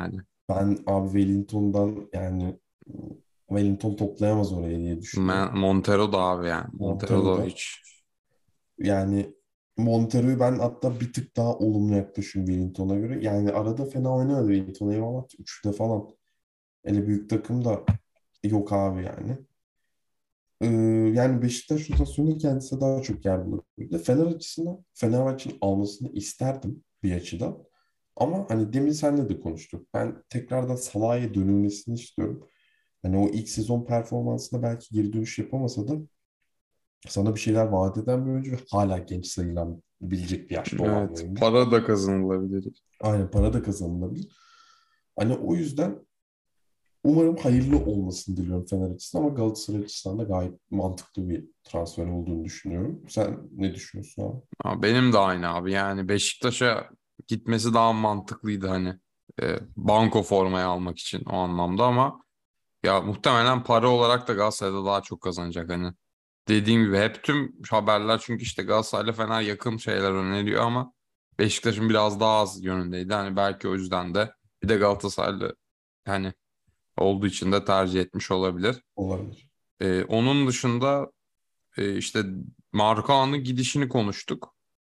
Ben abi Wellington'dan yani Wellington toplayamaz oraya diye düşünüyorum. Montero da abi yani. Montero da Montero'da hiç. yani Montero'yu ben hatta bir tık daha olumlu yaklaşıyorum Wellington'a göre. Yani arada fena oynadı Wellington, eyvallah. Üçte falan. Öyle büyük takım da yok abi yani. Ee, Yani Beşiktaş rotasyonunda kendisi daha çok yer bulabilirdi. Fener açısından Fenerbahçe'nin almasını isterdim bir açıdan. Ama hani demin seninle de konuştuk. Ben tekrardan Salah'a dönülmesini istiyorum. Hani o ilk sezon performansında belki geri dönüş yapamasa da sana bir şeyler vaat eden bir oyuncu ve hala genç sayılabilecek bir yaşta olan bir Evet. oyuncu. Para da kazanılabilir. Aynen, para da kazanılabilir. Hani o yüzden umarım hayırlı olmasını diliyorum Fener açısından ama Galatasaray açısından da gayet mantıklı bir transfer olduğunu düşünüyorum. Sen ne düşünüyorsun abi? Benim de aynı abi. Yani Beşiktaş'a gitmesi daha mantıklıydı hani. Banko formayı almak için o anlamda ama ya muhtemelen para olarak da Galatasaray'da daha çok kazanacak hani. Dediğim gibi hep tüm haberler çünkü işte Galatasaray'la Fener yakın şeyler öneriyor ama Beşiktaş'ın biraz daha az yönündeydi. Hani belki o yüzden de bir de Galatasaraylı hani olduğu için de tercih etmiş olabilir. Olabilir. Onun dışında işte Marcao'nun gidişini konuştuk.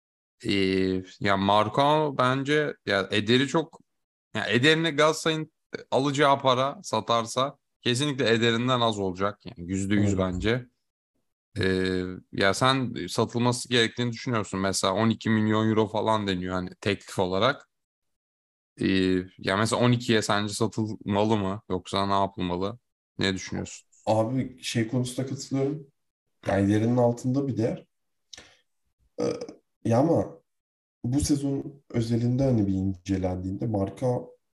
Ya Marcao bence ya Eder'i çok ya Eder'ine Galatasaray'ın alacağı para satarsa kesinlikle Eder'inden az olacak. Yani %100 Evet. bence. Ya sen satılması gerektiğini düşünüyorsun. Mesela 12 milyon euro falan deniyor hani teklif olarak. Ya mesela 12'ye sence satılmalı mı? Yoksa ne yapılmalı? Ne düşünüyorsun? Abi şey konusunda katılıyorum. Yani yerinin altında bir değer. Ee, Ya ama bu sezon özelinde hani bir incelendiğinde marka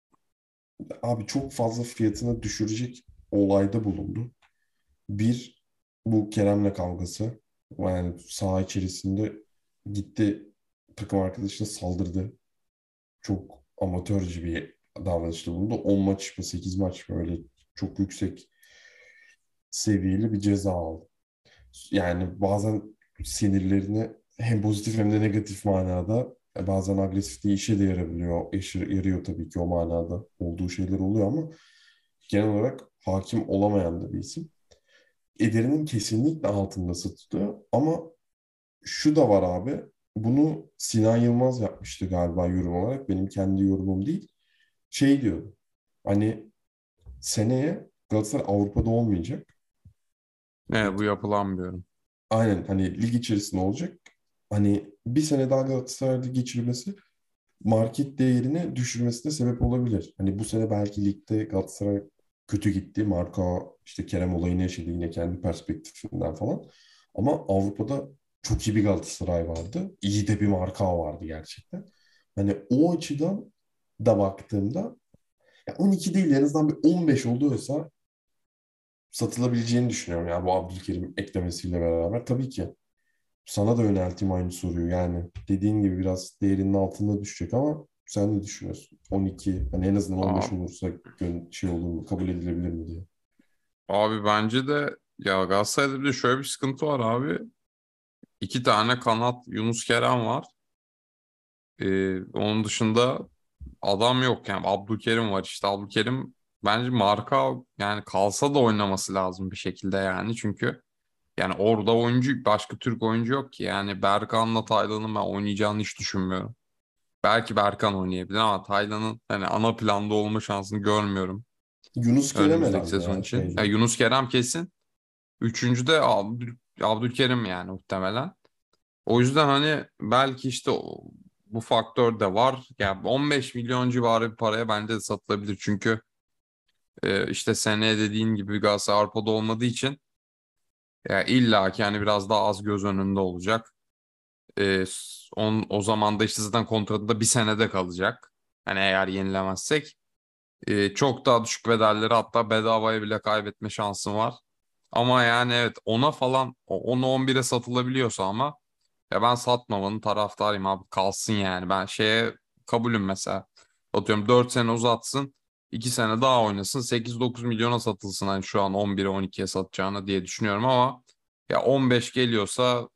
abi çok fazla fiyatını düşürecek olayda bulundu. Bir, bu Kerem'le kavgası. Yani saha içerisinde gitti, takım arkadaşına saldırdı. Çok amatörce bir davranışta bulundu. 10 maç mı 8 maç mı, öyle çok yüksek seviyeli bir ceza aldı. Yani bazen sinirlerini hem pozitif hem de negatif manada, bazen agresifliği işe de yarabiliyor. Yarıyor tabii ki, o manada olduğu şeyler oluyor ama genel olarak hakim olamayan da bir isim. Ederinin kesinlikle altında satılıyor ama şu da var abi. Bunu Sinan Yılmaz yapmıştı galiba yorum olarak. Benim kendi yorumum değil. Şey diyordu. Hani seneye Galatasaray Avrupa'da olmayacak. Ne bu yapılan. Aynen, hani lig içerisinde olacak. Hani bir sene daha Galatasaray'da geçirmesi market değerini düşürmesine sebep olabilir. Hani bu sene belki ligde Galatasaray kötü gitti. Marka işte Kerem olayını yaşadı yine kendi perspektifinden falan. Ama Avrupa'da çok iyi bir Galatasaray vardı. İyi de bir marka vardı gerçekten. Hani o açıdan da baktığımda ya 12 değil, en azından bir 15 oluyorsa satılabileceğini düşünüyorum ya, bu Abdülkerim eklemesiyle beraber. Tabii ki sana da yönelteyim aynı soruyu. Yani dediğin gibi biraz değerinin altında düşecek ama sen ne düşünüyorsun? 12, hani en azından 15 Abi, olursa şey olur mu, kabul edilebilir mi diye. abi bence de ya Galatasaray'da bir de şöyle bir sıkıntı var abi. İki tane kanat Yunus Kerem var. Onun dışında adam yok yani Abdülkerim var işte Abdülkerim bence marka yani kalsa da oynaması lazım bir şekilde yani çünkü yani orada oyuncu başka Türk oyuncu yok ki yani Berkan'la Taylan'ın ben oynayacağını hiç düşünmüyorum. Belki Berkan oynayabilir ama Taylan'ın hani ana planda olma şansını görmüyorum Yunus Kerem önümüzdeki herhalde sezon ya için. Ya şeyde. Yunus Kerem kesin. Üçüncü de Abdülkerim yani muhtemelen. O yüzden hani belki işte bu faktör de var. Yani 15 milyon civarı bir paraya bence de satılabilir. Çünkü işte seneye dediğin gibi Galatasaray Avrupa'da olmadığı için ya illa ki yani biraz daha az göz önünde olacak. O zaman da işte zaten kontratında bir senede kalacak. Hani eğer yenilemezsek. Çok daha düşük bedelleri hatta bedavaya bile kaybetme şansın var. Ama yani evet ona falan 10'a 11'e satılabiliyorsa ama ya ben satmamanın taraftarıyım abi kalsın yani. Ben şeye kabulüm mesela. Atıyorum 4 sene uzatsın 2 sene daha oynasın 8-9 milyona satılsın hani şu an 11'e 12'ye satacağına diye düşünüyorum ama ya 15 geliyorsa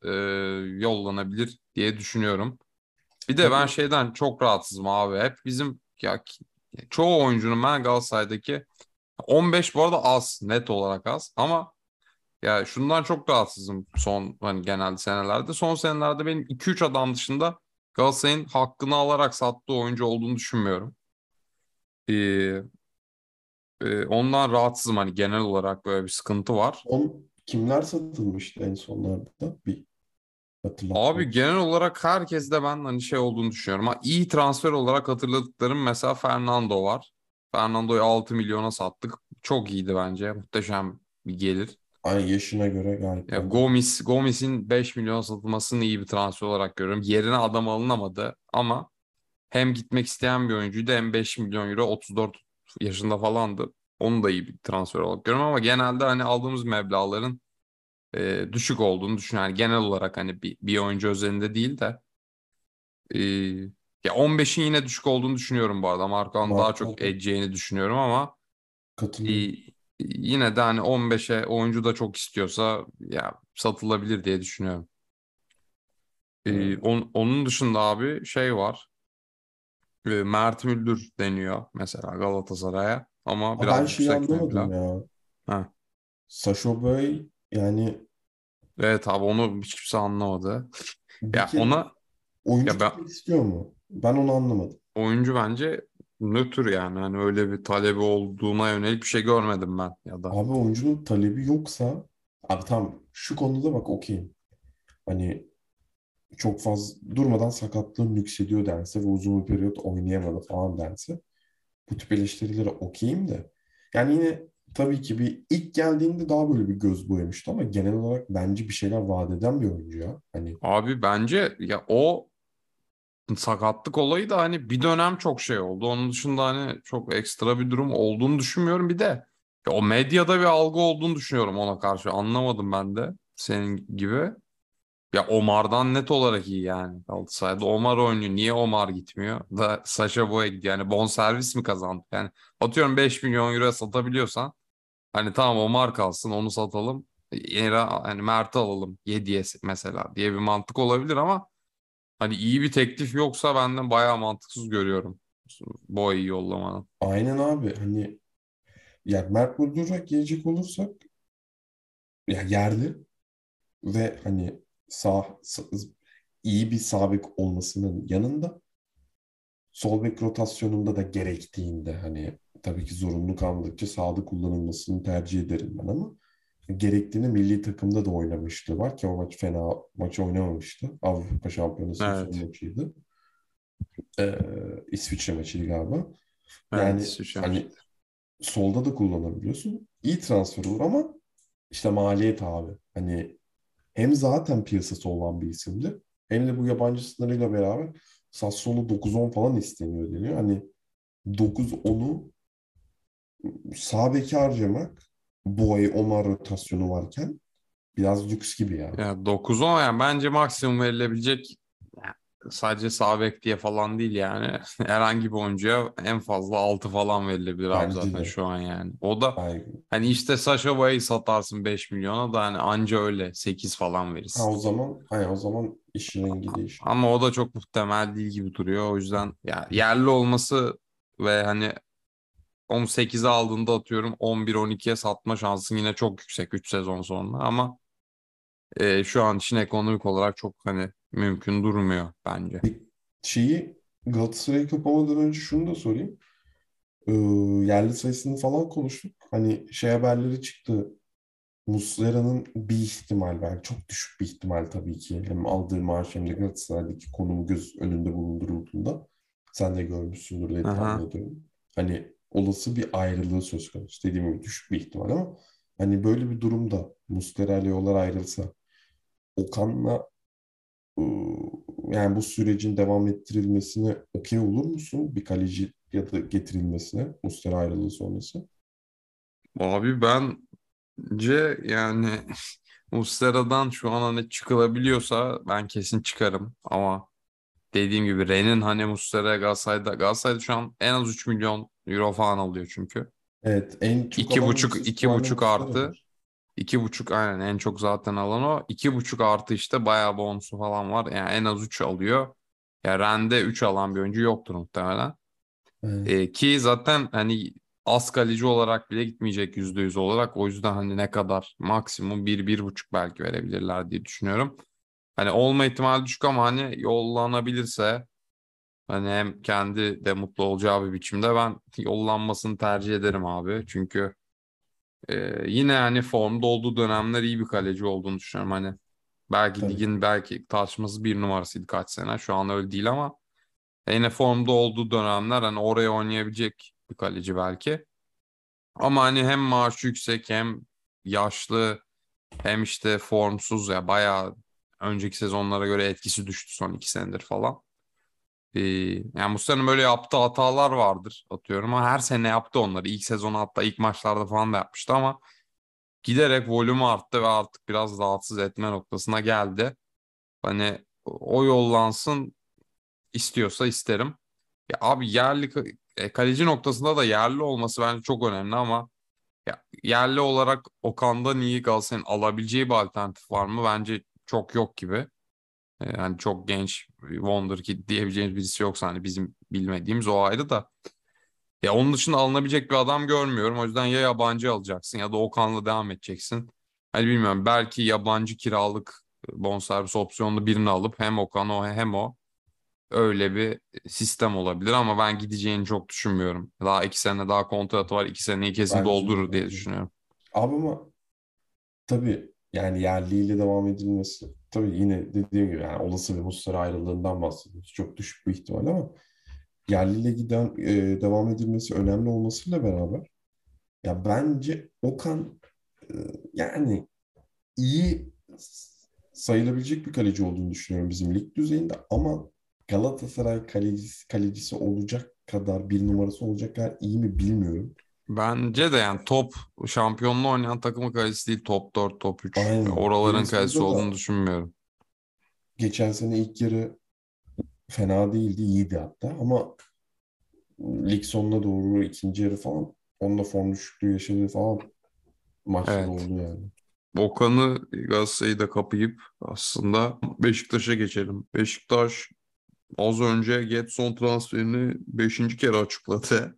yollanabilir diye düşünüyorum. Bir de ben Tabii şeyden çok rahatsızım abi. Hep bizim ya çoğu oyuncunun ben Galatasaray'daki 15 bu arada az, net olarak az ama ya şundan çok rahatsızım son hani genelde senelerde. Son senelerde benim 2-3 adam dışında Galatasaray'ın hakkını alarak sattığı oyuncu olduğunu düşünmüyorum. Ee, ondan rahatsızım hani genel olarak böyle bir sıkıntı var. Kimler satılmıştı en sonlarda? Bir hatırlatma Abi olsun. genel olarak herkes de ben hani şey olduğunu düşünüyorum. Ha, iyi transfer olarak hatırladıklarım mesela Fernando var. Fernando'yu 6 milyona sattık. Çok iyiydi bence. Muhteşem bir gelir. Ay, yaşına göre gayet Ya makul. Gomis'in 5 milyon satılmasını iyi bir transfer olarak görüyorum. Yerine adam alınamadı ama hem gitmek isteyen bir oyuncuydu hem 5 milyon euro 34 yaşında falandı. Onu da iyi bir transfer olarak görüyorum ama genelde hani aldığımız meblağların düşük olduğunu düşünüyorum. Yani genel olarak hani bir oyuncu özelinde değil de ya 15'in yine düşük olduğunu düşünüyorum bu arada. Markanın daha çok Tabii, edeceğini düşünüyorum ama e, katılıyorum. yine de hani 15'e oyuncu da çok istiyorsa ya satılabilir diye düşünüyorum. Ee, Onun dışında abi şey var. Mert Müldür deniyor mesela Galatasaray'a ama Ben biraz şeyi yüksek anlamadım meblağ. ya. Ha. Sacha Boey yani Evet abi onu hiç kimse anlamadı. bir Ya kere ona oyuncu ya ben gitmek istiyor mu? Ben onu anlamadım. oyuncu bence nötr yani hani öyle bir talebi olduğuna yönelik bir şey görmedim ben ya da. Abi oyuncunun talebi yoksa, abi tamam, şu konuda bak okeyim. Hani çok fazla durmadan sakatlığım yükseliyor dense ve uzun bir periyot oynayamadı falan dense, bu tip eleştirilere okeyim de. Yani yine tabii ki bir ilk geldiğinde daha böyle bir göz boyamıştı ama genel olarak bence bir şeyler vaat eden bir oyuncu ya. Hani Abi bence ya o sakatlık olayı da hani bir dönem çok şey oldu. Onun dışında hani çok ekstra bir durum olduğunu düşünmüyorum. Bir de ya o medyada bir algı olduğunu düşünüyorum ona karşı. Anlamadım ben de senin gibi. Ya Omar'dan net olarak iyi yani. Galatasaray'da Omar oynuyor. Niye Omar gitmiyor? Da Sacha Boey gidiyor. Yani bonservis mi kazandı? Yani atıyorum 5 milyon euro satabiliyorsan hani tamam Omar kalsın onu satalım. Yine hani Mert'i alalım 7'ye mesela diye bir mantık olabilir ama hani iyi bir teklif yoksa benden bayağı mantıksız görüyorum. Boy'u yollamanın. aynen abi, hani ya Mert Müldür'e gelecek olursak, ya yerli ve hani iyi bir sağ bek olmasının yanında sol bek rotasyonunda da gerektiğinde, hani tabii ki zorunlu kalmadıkça sağda kullanılmasını tercih ederim ben ama gerektiğinde milli takımda da oynamıştı var ki o maç fena maç oynamamıştı. Avrupa Şampiyonası'nın son Evet. maçıydı. İsviçre maçıydı galiba. Evet. Yani Sıçramış. hani solda da kullanabiliyorsun. İyi transfer olur ama işte maliyet abi. Hani hem zaten piyasası olan bir isimdi, hem de bu yabancı sınırıyla beraber Sassuolo 9-10 falan isteniyor deniyor. Hani 9-10'u sağ beke harcamak, bu ay Omar rotasyonu varken, biraz lüks gibi ya. Ya 9-10 yani bence maksimum verilebilecek yani sadece sağ bek diye falan değil yani. Herhangi bir oyuncuya en fazla 6 falan verilebilir abi Bence zaten de. şu an yani. O da Ay, hani işte Sacha Boey'i satarsın 5 milyona da hani anca öyle 8 falan ha verirsin. o zaman, o zaman işin rengi değişir. Ama o da çok muhtemel değil gibi duruyor. O yüzden ya yerli olması ve hani 18'e aldığında atıyorum 11-12'ye satma şansın yine çok yüksek 3 sezon sonra ama şu an için ekonomik olarak çok hani mümkün durmuyor bence. Bir şeyi, Galatasaray'ı kapamadan önce şunu da sorayım. Ee, Yerli sayısını falan konuştuk. Hani şey haberleri çıktı. Muslera'nın bir ihtimal, belki çok düşük bir ihtimal tabii ki, hem aldığı maaş hem de Galatasaray'daki konumu göz önünde bulundurulduğunda, sen de görmüşsündür diye tahmin Aha. ediyorum. Hani olası bir ayrılığı söz konusu. Dediğim gibi düşük bir ihtimal ama hani böyle bir durumda Muslera ile yollar ayrılsa, Okan'la yani bu sürecin devam ettirilmesine okey olur musun? Bir kaleci ya da getirilmesine Muslera ayrılığı sonrası. Abi bence yani Muslera'dan şu an hani çıkılabiliyorsa ben kesin çıkarım ama dediğim gibi Ren'in hani Muslera'ya Galatasaray'da şu an en az 3 milyon euro falan alıyor çünkü. Evet, en çok İki alan buçuk, yüksek iki ihtimalle buçuk artı Muslera'dır. 2,5 aynen en çok zaten alan o. 2,5 artı işte bayağı bonusu falan var. Yani en az 3 alıyor. Ya Rende 3 alan bir oyuncu yoktur muhtemelen. Evet. Ki zaten hani az kaleci olarak bile gitmeyecek %100 olarak. O yüzden hani ne kadar maksimum 1-1,5 belki verebilirler diye düşünüyorum. Hani olma ihtimali düşük ama hani yollanabilirse hani hem kendi de mutlu olacağı bir biçimde ben yollanmasını tercih ederim abi. Çünkü yine hani formda olduğu dönemler iyi bir kaleci olduğunu düşünüyorum. Hani belki Tabii. ligin belki tartışması bir numarasıydı kaç sene. Şu an öyle değil ama yine formda olduğu dönemler hani oraya oynayabilecek bir kaleci belki. Ama hani hem maaşı yüksek hem yaşlı hem işte formsuz ya bayağı önceki sezonlara göre etkisi düştü son 2 senedir falan. Ee, Yani bu sene böyle yaptığı hatalar vardır atıyorum ama her sene yaptı onları. İlk sezonu hatta ilk maçlarda falan da yapmıştı ama giderek volümü arttı ve artık biraz rahatsız etme noktasına geldi. Hani o yollansın istiyorsa isterim. Ya abi kaleci noktasında da yerli olması bence çok önemli ama ya, yerli olarak Okan'dan iyi Galatasaray'ın alabileceği bir alternatif var mı? Bence çok yok gibi. Yani çok genç Wonderkid diyebileceğimiz birisi yoksa hani bizim bilmediğimiz o ayrı da. Ya onun dışında alınabilecek bir adam görmüyorum. O yüzden ya yabancı alacaksın ya da Okan'la devam edeceksin. Hani bilmiyorum belki yabancı kiralık bonservis opsiyonlu birini alıp hem Okan o hem o öyle bir sistem olabilir ama ben gideceğini çok düşünmüyorum. Daha 2 sene daha kontratı var. 2 seneyi kesin Bence de, doldurur diye bence de. düşünüyorum. Abi ama tabii yani yerliyle devam edilmesi tabii yine dediğim gibi yani olası bir Muslera ayrılığından bahsediyoruz. Çok düşük bir ihtimal ama yerliyle giden devam edilmesi önemli olmasıyla beraber ya bence Okan e, yani iyi sayılabilecek bir kaleci olduğunu düşünüyorum bizim lig düzeyinde ama Galatasaray kalecisi olacak kadar bir numarası olacak kadar iyi mi bilmiyorum. Bence de yani top şampiyonluğu oynayan takımın kalecisi değil top 4 top 3 Aynen. oraların kalecisi Giresun'da olduğunu da düşünmüyorum. geçen sene ilk yarı fena değildi, iyiydi hatta ama lig sonuna doğru ikinci yarı falan onunla form düşüklüğü yaşadığı falan maçlar Evet. oldu yani. Okan'ı Galatasaray'ı da kapayıp aslında Beşiktaş'a geçelim. Beşiktaş az önce Gedson transferini beşinci kere açıkladı.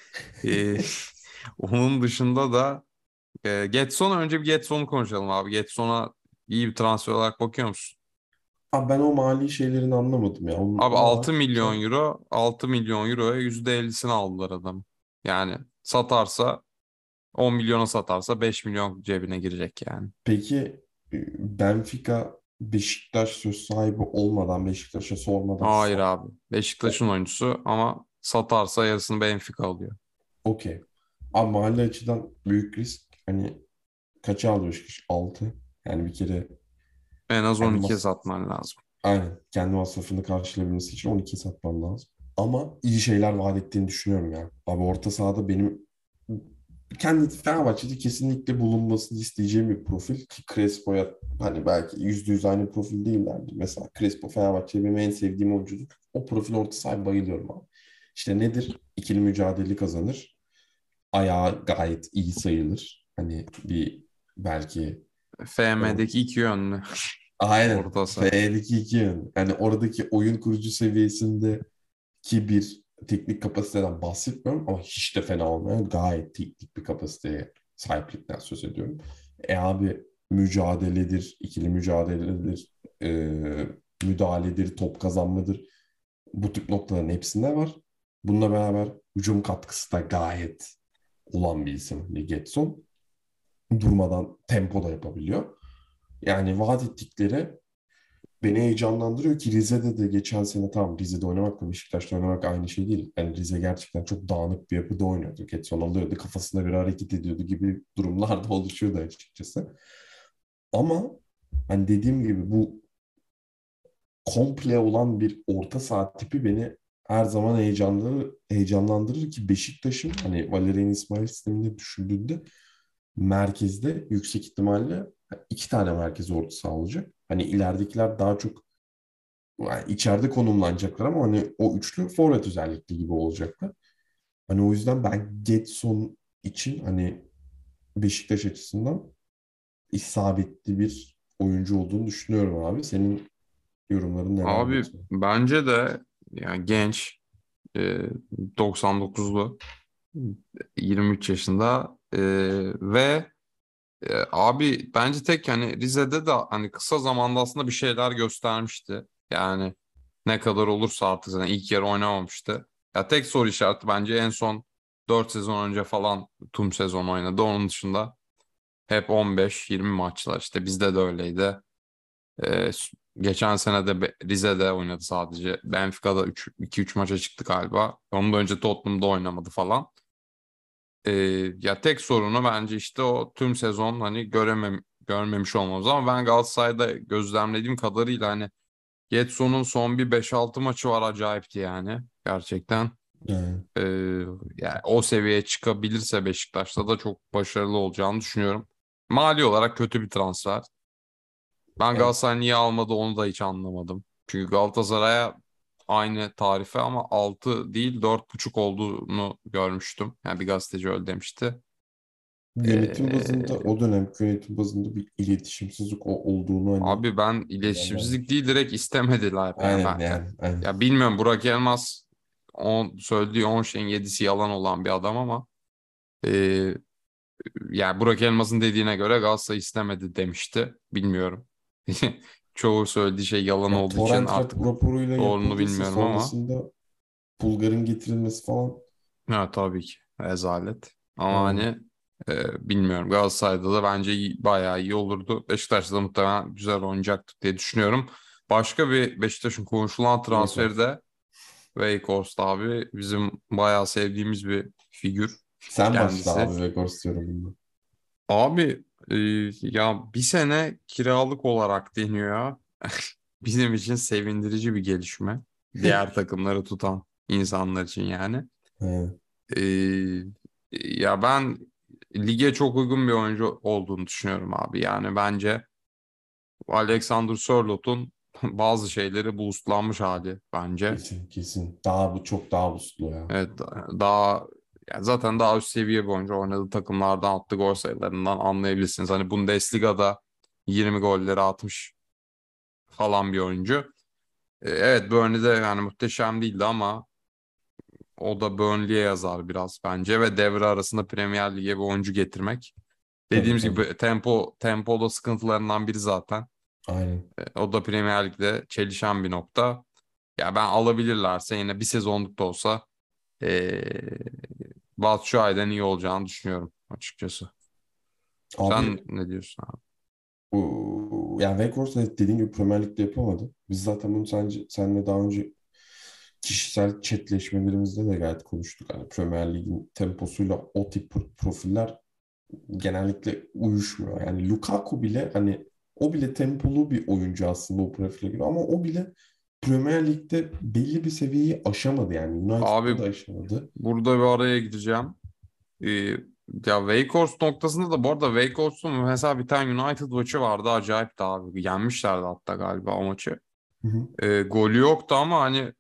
Ee, Onun dışında da Getson'a önce bir Getson'u konuşalım abi. Getson'a iyi bir transfer olarak bakıyor musun? Abi ben o mali şeylerini anlamadım ya. Abi Ne 6 var? milyon euro 6 milyon euroya %50'sini aldılar adam. Yani satarsa 10 milyona satarsa 5 milyon cebine girecek yani. Peki Benfica Beşiktaş söz sahibi olmadan Beşiktaş'a sormadan Hayır abi. Beşiktaş'ın oyuncusu ama satarsa yarısını Benfica alıyor. okey. Abi mahalle açıdan büyük risk. Hani kaça alıyor Beşiktaş? 6. Yani bir kere En az kendi 12'ye mas satman lazım. aynen kendi masrafını karşılayabilmesi için 12 satmam lazım. Ama iyi şeyler vaat ettiğini düşünüyorum ya. Abi orta sahada benim kendi Fenerbahçe'de kesinlikle bulunmasını isteyeceğim bir profil ki Crespo'ya hani belki %100 aynı profil değillerdi. Mesela Crespo Fenerbahçe'de benim en sevdiğim oyuncudur. O profil orta sahaya bayılıyorum abi. İşte nedir? İkili mücadele kazanır. Ayağı gayet iyi sayılır. Hani bir belki FM'deki iki yönlü aynen orta saha. F'deki iki yön. Yani oradaki oyun kurucu seviyesindeki bir teknik kapasiteden bahsetmiyorum ama hiç de fena olmayan gayet teknik bir kapasiteye sahiplikten söz ediyorum. Abi mücadeledir, ikili mücadeledir, müdahaledir, top kazanmadır. Bu tip noktaların hepsinde var. Bununla beraber hücum katkısı da gayet olan bir isim Getson. Durmadan tempo da yapabiliyor. Yani vaat ettikleri beni heyecanlandırıyor ki Rize'de de geçen sene tamam Rize'de oynamakla Beşiktaş'ta oynamak aynı şey değil. Yani Rize gerçekten çok dağınık bir yapıda oynuyordu. Getson alıyordu, kafasına göre hareket ediyordu gibi durumlar da oluşuyordu açıkçası. Ama hani dediğim gibi bu komple olan bir orta saha tipi beni her zaman heyecanlandırır ki Beşiktaş'ın hani Valerian İsmail sisteminde düşündüğünde merkezde yüksek ihtimalle iki tane merkez orta saha olacak. Hani ileridekiler daha çok yani içeride konumlanacaklar ama hani o üçlü forvet özellikle gibi olacaklar. Hani o yüzden ben Getson için hani Beşiktaş açısından isabetli bir oyuncu olduğunu düşünüyorum abi. Senin yorumların neler Abi mesela? bence de yani genç. E, 99'lu. 23 yaşında. Ve abi bence tek hani Rize'de de hani kısa zamanda aslında bir şeyler göstermişti. Yani ne kadar olursa artık zaten ilk yarı oynamamıştı. Ya tek soru işareti bence en son 4 sezon önce falan tüm sezon oynadı. Onun dışında hep 15-20 maçlar, işte bizde de öyleydi. Ee, Geçen sene de Rize'de oynadı sadece. Benfica'da 2-3 maça çıktı galiba. Ondan önce Tottenham'da oynamadı falan. Ee, Ya tek sorunu bence işte o tüm sezon hani görmemiş olmamız, ama ben Galatasaray'da gözlemlediğim kadarıyla hani Getson'un son bir 5-6 maçı var, acayipti yani gerçekten. Yani, Ee, Yani o seviyeye çıkabilirse Beşiktaş'ta da çok başarılı olacağını düşünüyorum. Mali olarak kötü bir transfer. Ben evet. Galatasaray niye almadı onu da hiç anlamadım. Çünkü Galatasaray'a aynı tarife ama 6 değil 4,5 olduğunu görmüştüm. Yani bir gazeteci öyle demişti. Yönetim bazında, Ee, o dönemki yönetim bazında bir iletişimsizlik olduğunu hani Abi ben bilenler iletişimsizlik var. değil, direkt istemediler. Yani Aynen yani. Aynen. ya bilmiyorum, Burak Elmas söylediği 10 şeyin 7'si yalan olan bir adam ama e, yani Burak Elmas'ın dediğine göre Galatasaray istemedi demişti. Bilmiyorum. Çoğu söylediği şey yalan Ya olduğu için torrent artık raporuyla doğruluğunu yapıldıysa bilmiyorum ama sonrasında Bulgar'ın getirilmesi falan. ha, tabii ki rezalet. Ama Aynen. hani bilmiyorum, Galatasaray'da da bence bayağı iyi olurdu. Beşiktaş'ta da muhtemelen güzel oynayacaktır diye düşünüyorum. Başka bir Beşiktaş'ın konuşulan transferi Weghorst. de Weghorst abi. Bizim bayağı sevdiğimiz bir figür Sen başla kendisi. abi, Weghorst diyorum bunu. Abi ya bir sene kiralık olarak deniyor. Bizim için sevindirici bir gelişme. Diğer takımları tutan insanlar için yani. Aynen. Ee, Ya ben lige çok uygun bir oyuncu olduğunu düşünüyorum abi. Yani bence Alexander Sörlot'un bazı şeyleri boostlanmış hali bence. Kesin kesin. Daha bu çok daha uslu ya. Evet, daha ya zaten daha üst seviye bir oyuncu, oynadığı takımlardan attığı gol sayılarından anlayabilirsiniz. Hani Bundesliga'da 20 golleri atmış falan bir oyuncu. Evet, Burnley'de yani muhteşem değildi ama o da Burnley'e yazar biraz bence, ve devre arasında Premier Lig'e bir oyuncu getirmek. Tabii Dediğimiz tabii. gibi tempoda sıkıntılarından biri zaten. Aynen. O da Premier Lig'de çelişen bir nokta. Ya ben alabilirlerse yine bir sezonluk da olsa ee, Batshuayi'den iyi olacağını düşünüyorum açıkçası. Sen Abi ne diyorsun abi? yani Weghorst evet, dediğin gibi Premier Lig'de yapamadı. Biz zaten bunu seninle daha önce kişisel chatleşmelerimizde de gayet konuştuk. Hani Premier Lig'in temposuyla o tip profiller genellikle uyuşmuyor. Yani Lukaku bile hani o bile tempolu bir oyuncu aslında o profile göre, ama o bile Premier Lig'de belli bir seviyeyi aşamadı yani. United'da Abi da aşamadı. burada bir araya gideceğim. Ee, Ya Weghorst noktasında da bu arada Weghorst'un mesela bir tane United maçı vardı, acayipti abi. Yenmişlerdi hatta galiba o maçı. Hı hı. Golü yoktu ama hani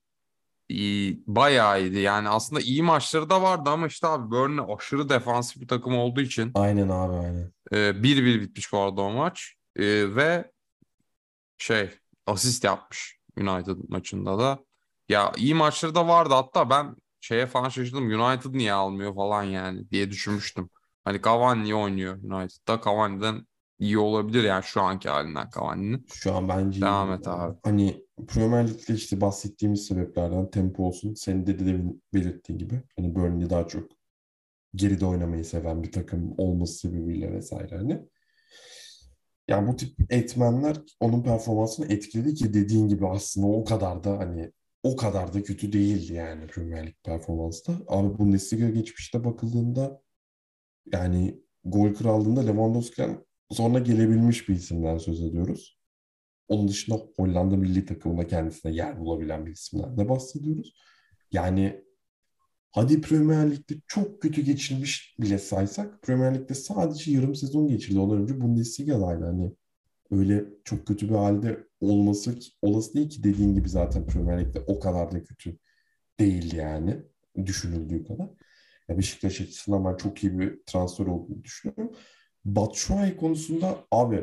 bayağı iyiydi. Yani aslında iyi maçları da vardı ama işte abi Burnley aşırı defansif bir takım olduğu için Aynen abi, aynen. 1-1 bitmiş bu arada o maç. Ve şey, asist yapmış United maçında da. Ya iyi maçları da vardı, hatta ben şeye falan şaşırdım. United niye almıyor falan yani diye düşünmüştüm. Hani Cavani niye oynuyor United'da? Cavani'den iyi olabilir yani şu anki halinden Cavani'nin. Şu an bence Devam iyi. et abi. Hani Premier Lig'de işte bahsettiğimiz sebeplerden tempo olsun. Senin de demin belirttiğin gibi. Hani Burnley daha çok geride oynamayı seven bir takım olması sebebiyle vesaire hani. Yani bu tip etmenler onun performansını etkiledi ki dediğin gibi aslında o kadar da hani o kadar da kötü değildi yani Premier Lig performansı da. Abi Bundesliga geçmişte bakıldığında yani gol krallığında Lewandowski'den sonra gelebilmiş bir isimden söz ediyoruz. Onun dışında Hollanda milli takımında kendisine yer bulabilen bir isimden de bahsediyoruz. Yani hadi Premier Lig'de çok kötü geçirmiş bile saysak, Premier Lig'de sadece yarım sezon geçirdi. Ondan önce Bundesliga'daydı. Hani öyle çok kötü bir halde olması olası değil ki, dediğin gibi zaten Premier Lig'de o kadar da kötü değil yani düşünüldüğü kadar. Ya Beşiktaş açısından ben çok iyi bir transfer olduğunu düşünüyorum. Batshuayi konusunda abi,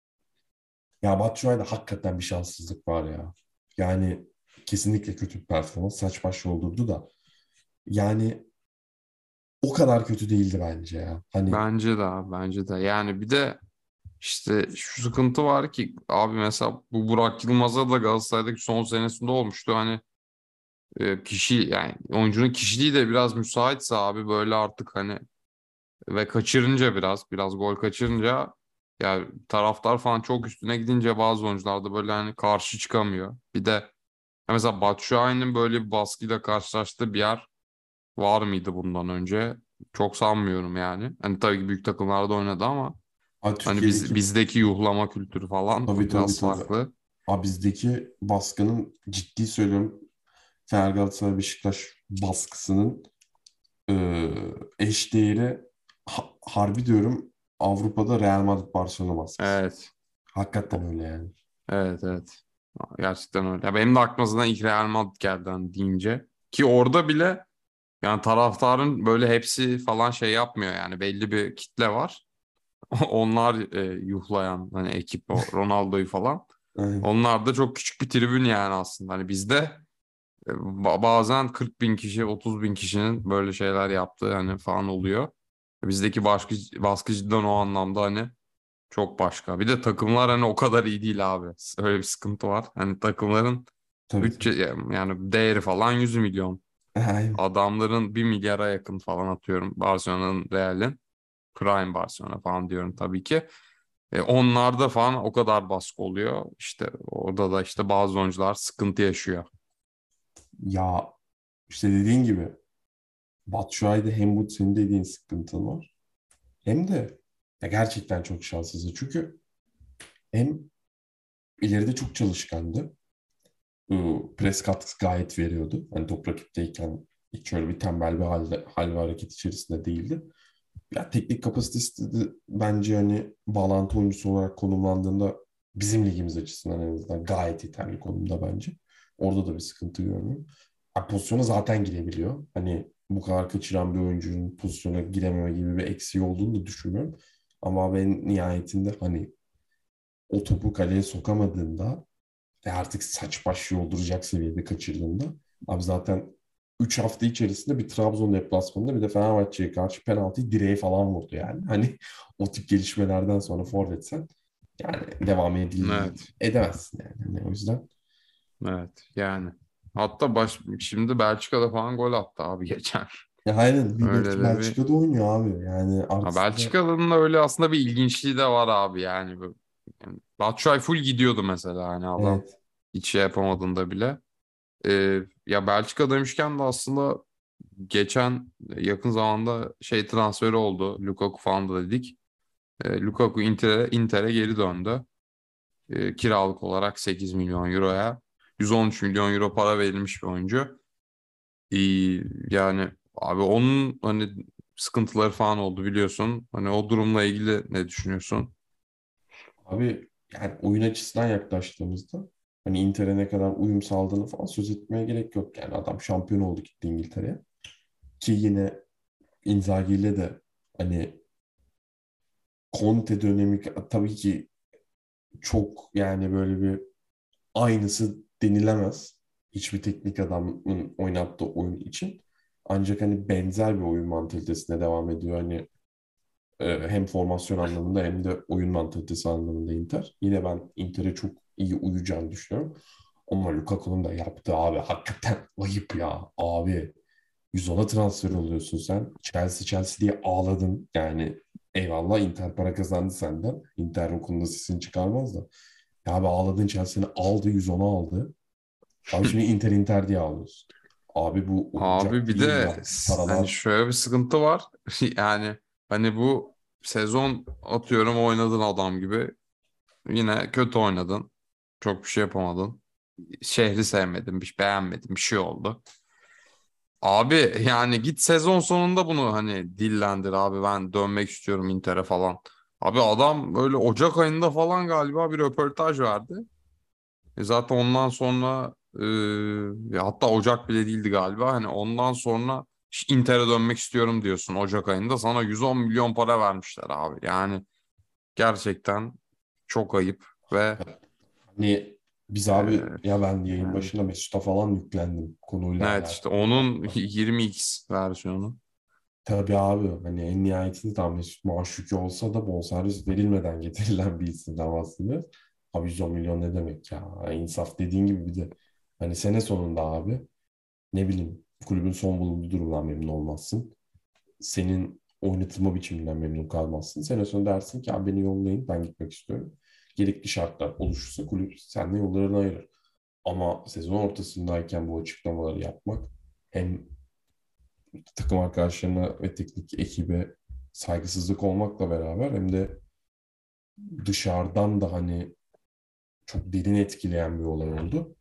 ya Batshuayi'de hakikaten bir şanssızlık var ya. Yani kesinlikle kötü bir performans. Saç baş yoldurdu da. Yani o kadar kötü değildi bence ya. Hani Bence de abi, bence de. Yani bir de işte şu sıkıntı var ki abi, mesela bu Burak Yılmaz'a da Galatasaray'daki son senesinde olmuştu. Hani kişi, yani oyuncunun kişiliği de biraz müsaitse abi, böyle artık hani, ve kaçırınca biraz gol kaçırınca, ya taraftar falan çok üstüne gidince bazı oyuncular da böyle hani karşı çıkamıyor. Bir de mesela Batshuayi'nin böyle bir baskıyla karşılaştığı bir yer var mıydı bundan önce? Çok sanmıyorum yani. Hani tabii ki büyük takımlarda oynadı ama hani Türkiye'deki bizdeki yuhlama kültürü falan tabii tabii biraz tabii. farklı. Bizdeki baskının ciddi söylüyorum Fener Galatasaray Beşiktaş baskısının e, eşdeğeri harbi diyorum Avrupa'da Real Madrid Barcelona baskısı. Evet. Hakikaten öyle yani. Evet, evet. Gerçekten öyle. Ya benim de aklıma ilk Real Madrid geldi hani deyince. Ki orada bile yani taraftarın böyle hepsi falan şey yapmıyor yani, belli bir kitle var. Onlar yuhlayan hani ekip, o Ronaldo'yu falan. Aynen. Onlar da çok küçük bir tribün yani aslında. Hani bizde bazen 40 bin kişi, 30 bin kişinin böyle şeyler yaptığı hani falan oluyor. Bizdeki baskı cidden o anlamda hani çok başka. Bir de takımlar hani o kadar iyi değil abi. Öyle bir sıkıntı var. Hani takımların Tabii bütçe, tabii. yani değeri falan 100 milyon. Aynen. Adamların 1 milyara yakın falan, atıyorum. Barcelona'nın, Real'in. Prime Barcelona falan diyorum tabii ki. Onlarda falan o kadar baskı oluyor. İşte orada da işte bazı oyuncular sıkıntı yaşıyor. Ya işte dediğin gibi Batshuayi'de hem bu senin dediğin sıkıntın var. Hem de ya gerçekten çok şanssızdı. Çünkü hem ileride çok çalışkandı. Pres katkısı gayet veriyordu. Hani top rakipteyken hiç öyle bir tembel bir hal ve hareket içerisinde değildi. Ya teknik kapasitesi de bence hani bağlantı oyuncusu olarak konumlandığında bizim ligimiz açısından en azından gayet yeterli konumda bence. Orada da bir sıkıntı görmüyorum. Pozisyona zaten girebiliyor. Hani bu kadar kaçıran bir oyuncunun pozisyona girememe gibi bir eksiği olduğunu da düşünmüyorum. Ama ben nihayetinde hani o topu kaleye sokamadığında ve artık saç baş yolduracak seviyede kaçırdığında abi zaten 3 hafta içerisinde bir Trabzon deplasmanında bir de Fenerbahçe'ye karşı penaltıyı direğe falan vurdu yani. Hani o tip gelişmelerden sonra forvet sen yani devam Evet. edemezsin yani. Hani o yüzden Evet. Yani. Hatta şimdi Belçika'da falan gol attı abi geçen. ya aynen bir Öyle de bir. Belçika'da oynuyor abi. Yani Ha, aslında Belçika'nın da öyle aslında bir ilginçliği de var abi yani. Yani Batshuayi full gidiyordu mesela, hani adam evet hiç şey yapamadığında bile. Ya Belçika demişken de aslında geçen yakın zamanda şey transferi oldu. Lukaku falan da dedik. Lukaku Inter'e geri döndü. Kiralık olarak 8 milyon euroya. 113 milyon euro para verilmiş bir oyuncu. Ee, Yani abi onun hani sıkıntıları falan oldu biliyorsun. Hani o durumla ilgili ne düşünüyorsun? abi yani oyun açısından yaklaştığımızda hani Inter'e ne kadar uyum sağladığını falan söz etmeye gerek yok. Yani adam şampiyon oldu gitti İngiltere'ye. Ki yine Inzaghi ile de hani Conte dönemi tabii ki çok yani böyle bir aynısı denilemez. Hiçbir teknik adamın oynattığı oyun için. Ancak hani benzer bir oyun mantalitesine devam ediyor. Hani hem formasyon anlamında hem de oyun mantalitesi anlamında Inter. Yine ben Inter'e çok iyi uyacağını düşünüyorum. Ama Lukaku'nun da yaptığı abi hakikaten ayıp ya abi. 110'a transfer oluyorsun sen. Chelsea diye ağladın. Yani eyvallah Inter para kazandı senden. Inter o konuda sesini çıkarmaz da. Ya abi ağladın Chelsea'ni aldı 110'a aldı. Abi şimdi Inter diye ağlıyorsun. Abi bu Abi olacak bir değil de verdiği hani paralar. şöyle bir sıkıntı var. Yani hani bu sezon atıyorum oynadın adam gibi. Yine kötü oynadın. Çok bir şey yapamadın. Şehri sevmedim, bir beğenmedim, bir şey oldu. Abi yani git sezon sonunda bunu hani dillendir, abi ben dönmek istiyorum Inter'e falan. Abi adam böyle Ocak ayında falan galiba bir röportaj verdi. Zaten ondan sonra hatta Ocak bile değildi galiba. Hani ondan sonra Inter'e dönmek istiyorum diyorsun Ocak ayında. Sana 110 milyon para vermişler abi. Yani gerçekten çok ayıp ve Hani Biz Ee, abi ya ben yayın yani başında Mesut'a falan yüklendim konuyla evet işte alakalı. onun 20x versiyonu. Tabii abi hani en nihayetinde tam Mesut maaş yükü olsa da bonservis verilmeden getirilen bir isim aslında. Abi 110 milyon ne demek ya? Yani insaf dediğin gibi bir de hani sene sonunda abi ne bileyim kulübün son bulunduğu durumdan memnun olmazsın. Senin oynatılma biçiminden memnun kalmazsın. Sene sonu dersin ki abi beni yollayın ben gitmek istiyorum. Gerekli şartlar oluşursa kulüp seninle yollarını ayırır. Ama sezon ortasındayken bu açıklamaları yapmak hem takım arkadaşlarına ve teknik ekibe saygısızlık olmakla beraber hem de dışarıdan da hani çok derin etkileyen bir olay oldu.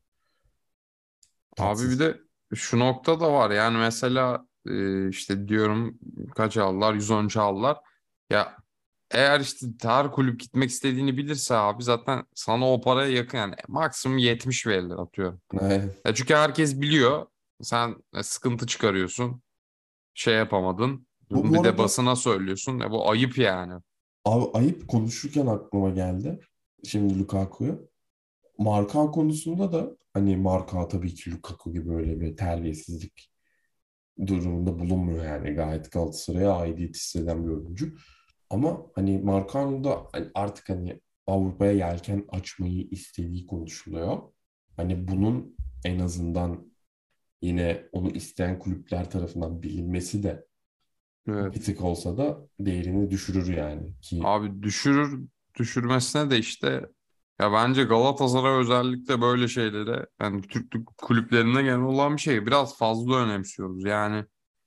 Abi bir Tatsız. de şu nokta da var yani mesela işte diyorum kaç aldılar 110 aldılar. Ya eğer işte her kulüp gitmek istediğini bilirse abi zaten sana o paraya yakın yani maksimum 70 verilir atıyorum. Evet. Ya çünkü herkes biliyor sen sıkıntı çıkarıyorsun şey yapamadın Bu bir de arada basına söylüyorsun bu ayıp yani. abi, ayıp konuşurken aklıma geldi. Şimdi Lukaku'yu. Marka konusunda da hani Marka tabii ki Lukaku gibi öyle bir terbiyesizlik durumunda bulunmuyor yani. Gayet Galatasaray'a aidiyet hisseden bir oyuncu. Ama hani Marcano'nun da hani artık hani Avrupa'ya yelken açmayı istediği konuşuluyor. Hani bunun en azından yine onu isteyen kulüpler tarafından bilinmesi de bir Evet. tık olsa da değerini düşürür yani ki Abi düşürmesine de işte ya bence Galatasaray özellikle böyle şeylere yani Türk kulüplerinde genel olan bir şey biraz fazla önemsiyoruz. Yani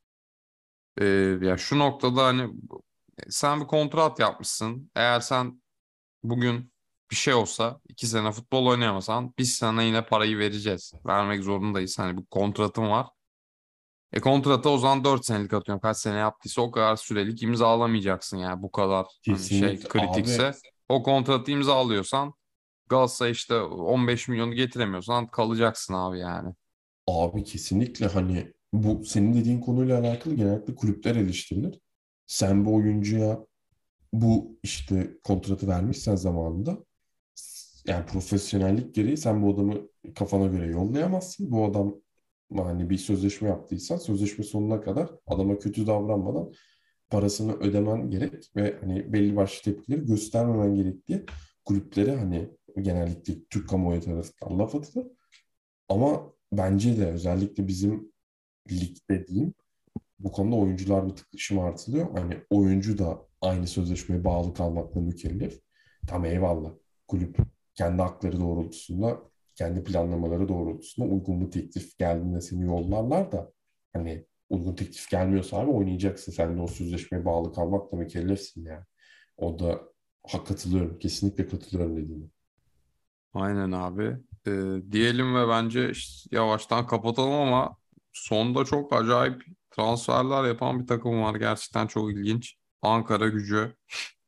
e, ya şu noktada hani sen bir kontrat yapmışsın. Eğer sen bugün bir şey olsa 2 sene futbol oynayamasan biz sana yine parayı vereceğiz. Vermek zorundayız. Hani bu kontratın var. Kontrata o zaman 4 senelik atıyorum. Kaç sene yaptıysa o kadar sürelik imzalamayacaksın yani bu kadar hani şey kesinlikle abi. kritikse. O kontratı imzalıyorsan Galatasaray işte 15 milyonu getiremiyorsan kalacaksın abi yani. Abi kesinlikle hani bu senin dediğin konuyla alakalı genellikle kulüpler eleştirilir. Sen bu oyuncuya bu işte kontratı vermişsen zamanında yani profesyonellik gereği sen bu adamı kafana göre yollayamazsın. Bu adam hani bir sözleşme yaptıysan sözleşme sonuna kadar adama kötü davranmadan parasını ödemen gerek ve hani belli başlı tepkileri göstermemen gerek diye kulüplere hani genellikle Türk kamuoyu tarafından laf atılır. Ama bence de özellikle bizim ligde diyeyim bu konuda oyuncular bir tık şımartılıyor. Hani oyuncu da aynı sözleşmeye bağlı kalmakla mükellef. Tam eyvallah. Kulüp kendi hakları doğrultusunda, kendi planlamaları doğrultusunda uygun bir teklif geldiğinde seni yollarlar da hani uygun teklif gelmiyorsa abi oynayacaksın. Sen de o sözleşmeye bağlı kalmakla mükellefsin yani. O da katılıyorum. Kesinlikle katılıyorum dediğine. Aynen abi. Diyelim ve bence işte yavaştan kapatalım ama sonda çok acayip transferler yapan bir takım var. Gerçekten çok ilginç. Ankara Gücü.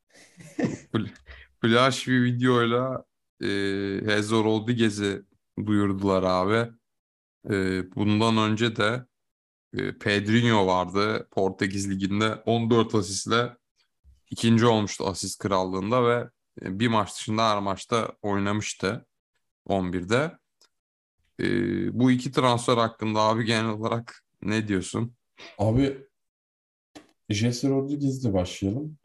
Fl- Flash bir videoyla Hezor Rodriguez'i duyurdular abi. Bundan önce de Pedrinho vardı Portekiz Ligi'nde 14 asistle ikinci olmuştu asist krallığında ve bir maç dışında her maçta oynamıştı 11'de. Bu iki transfer hakkında abi genel olarak ne diyorsun? Abi Jesse Rodriguez'le başlayalım.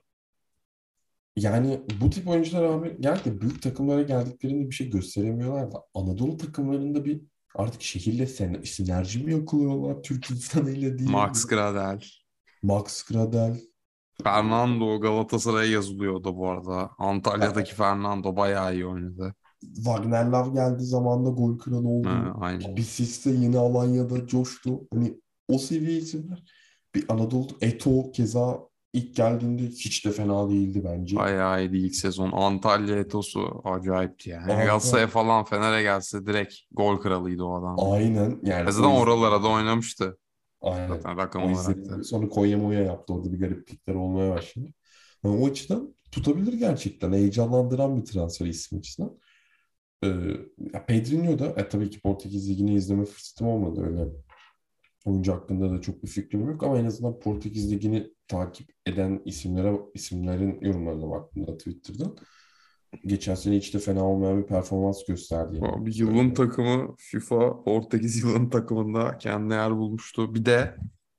Yani bu tip oyuncular abi genellikle büyük takımlara geldiklerinde bir şey gösteremiyorlar da Anadolu takımlarında bir artık şehirle sinerji mi yakılıyorlar Türk insanıyla diyeyim Max ya. Gradel. Max Gradel, Fernando Galatasaray'a yazılıyordu bu arada. Antalya'daki Fernando bayağı iyi oynadı. Wagner Love geldi zamanında gol kralı oldu. Ha, aynen. Bissis de yeni Alanya'da coştu. Hani o seviye isimler. Bir Anadolu Eto keza ilk geldiğinde hiç de fena değildi bence. Bayağı iyiydi ilk sezon. Antalya Etosu acayipti yani. Abi Galatasaray falan Fener'e gelse direkt gol kralıydı o adam ya. aynen yani Zaten o oralara da oynamıştı. aynen. Zaten rakam O olarak izlediğimde da. sonra Konya Moya yaptı. Orada bir gariplikler olmaya başladı. Yani o açıdan tutabilir gerçekten. Heyecanlandıran bir transfer ismi açısından. Ee, ya Pedrinho da tabii ki Portekiz Ligi'ni izleme fırsatım olmadı. Öyle oyuncu hakkında da çok bir fikrim yok ama en azından Portekiz Ligi'ni takip eden isimlerin yorumlarına baktığımda Twitter'dan. geçen sene hiç de fena olmayan bir performans gösterdi yani. Abi yılın Söyleyeyim. takımı FIFA Portekiz yılın takımında kendine yer bulmuştu. Bir de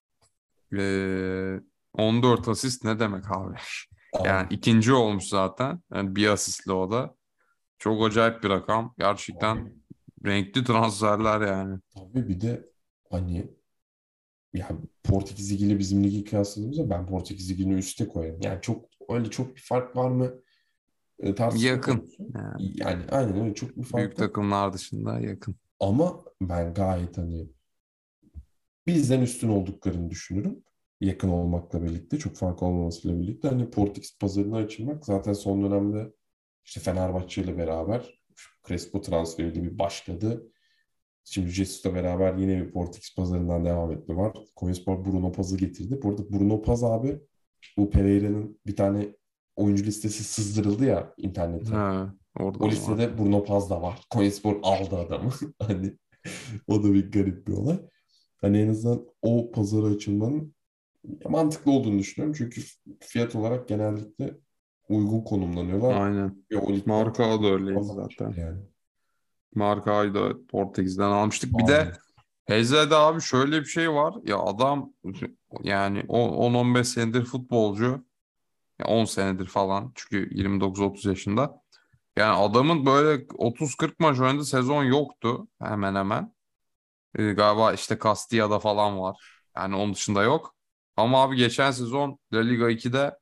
14 asist ne demek abi? Yani Abi, ikinci olmuş zaten. Yani bir asistle o da. Çok acayip bir rakam. Gerçekten abi, renkli transferler yani. tabii bir de hani ya Portekiz Ligi ile bizim ligi kıyasladığımızda ben Portekiz Ligi'ni üste koyarım. Yani çok öyle çok bir fark var mı tartışma Yakın. konusu. Yani Yani aynen öyle çok bir büyük fark var. takımlar dışında yakın. Ama ben gayet hani bizden üstün olduklarını düşünürüm. Yakın olmakla birlikte, çok fark olmamasıyla birlikte. Hani Portekiz pazarına açılmak zaten son dönemde işte Fenerbahçe ile beraber Crespo transferiyle bir başladı. Şimdi Jesus'la beraber yine bir Portekiz pazarından devam etme var. Konyaspor Bruno Paz'ı getirdi. Bu arada Bruno Paz abi bu Pereira'nın bir tane oyuncu listesi sızdırıldı ya internete. Ha, orada O mı var? listede Bruno Paz da var. Konyaspor aldı adamı. Hani o da bir garip bir olay. Hani en azından o pazara açılmanın mantıklı olduğunu düşünüyorum. Çünkü fiyat olarak genellikle uygun konumlanıyorlar. Aynen. Ve o ligden çok Marka da oyuncu öyleydi almak çıktı zaten. yani. Markayı da Portekiz'den almıştık. Bir de Aynen. Hezze'de abi şöyle bir şey var. Ya adam yani 10-15 senedir futbolcu. Ya 10 senedir falan. Çünkü 29-30 yaşında. Yani adamın böyle 30-40 maç oynadığı sezon yoktu hemen hemen. Galiba işte Castilla'da falan var. Yani onun dışında yok. Ama abi geçen sezon La Liga 2'de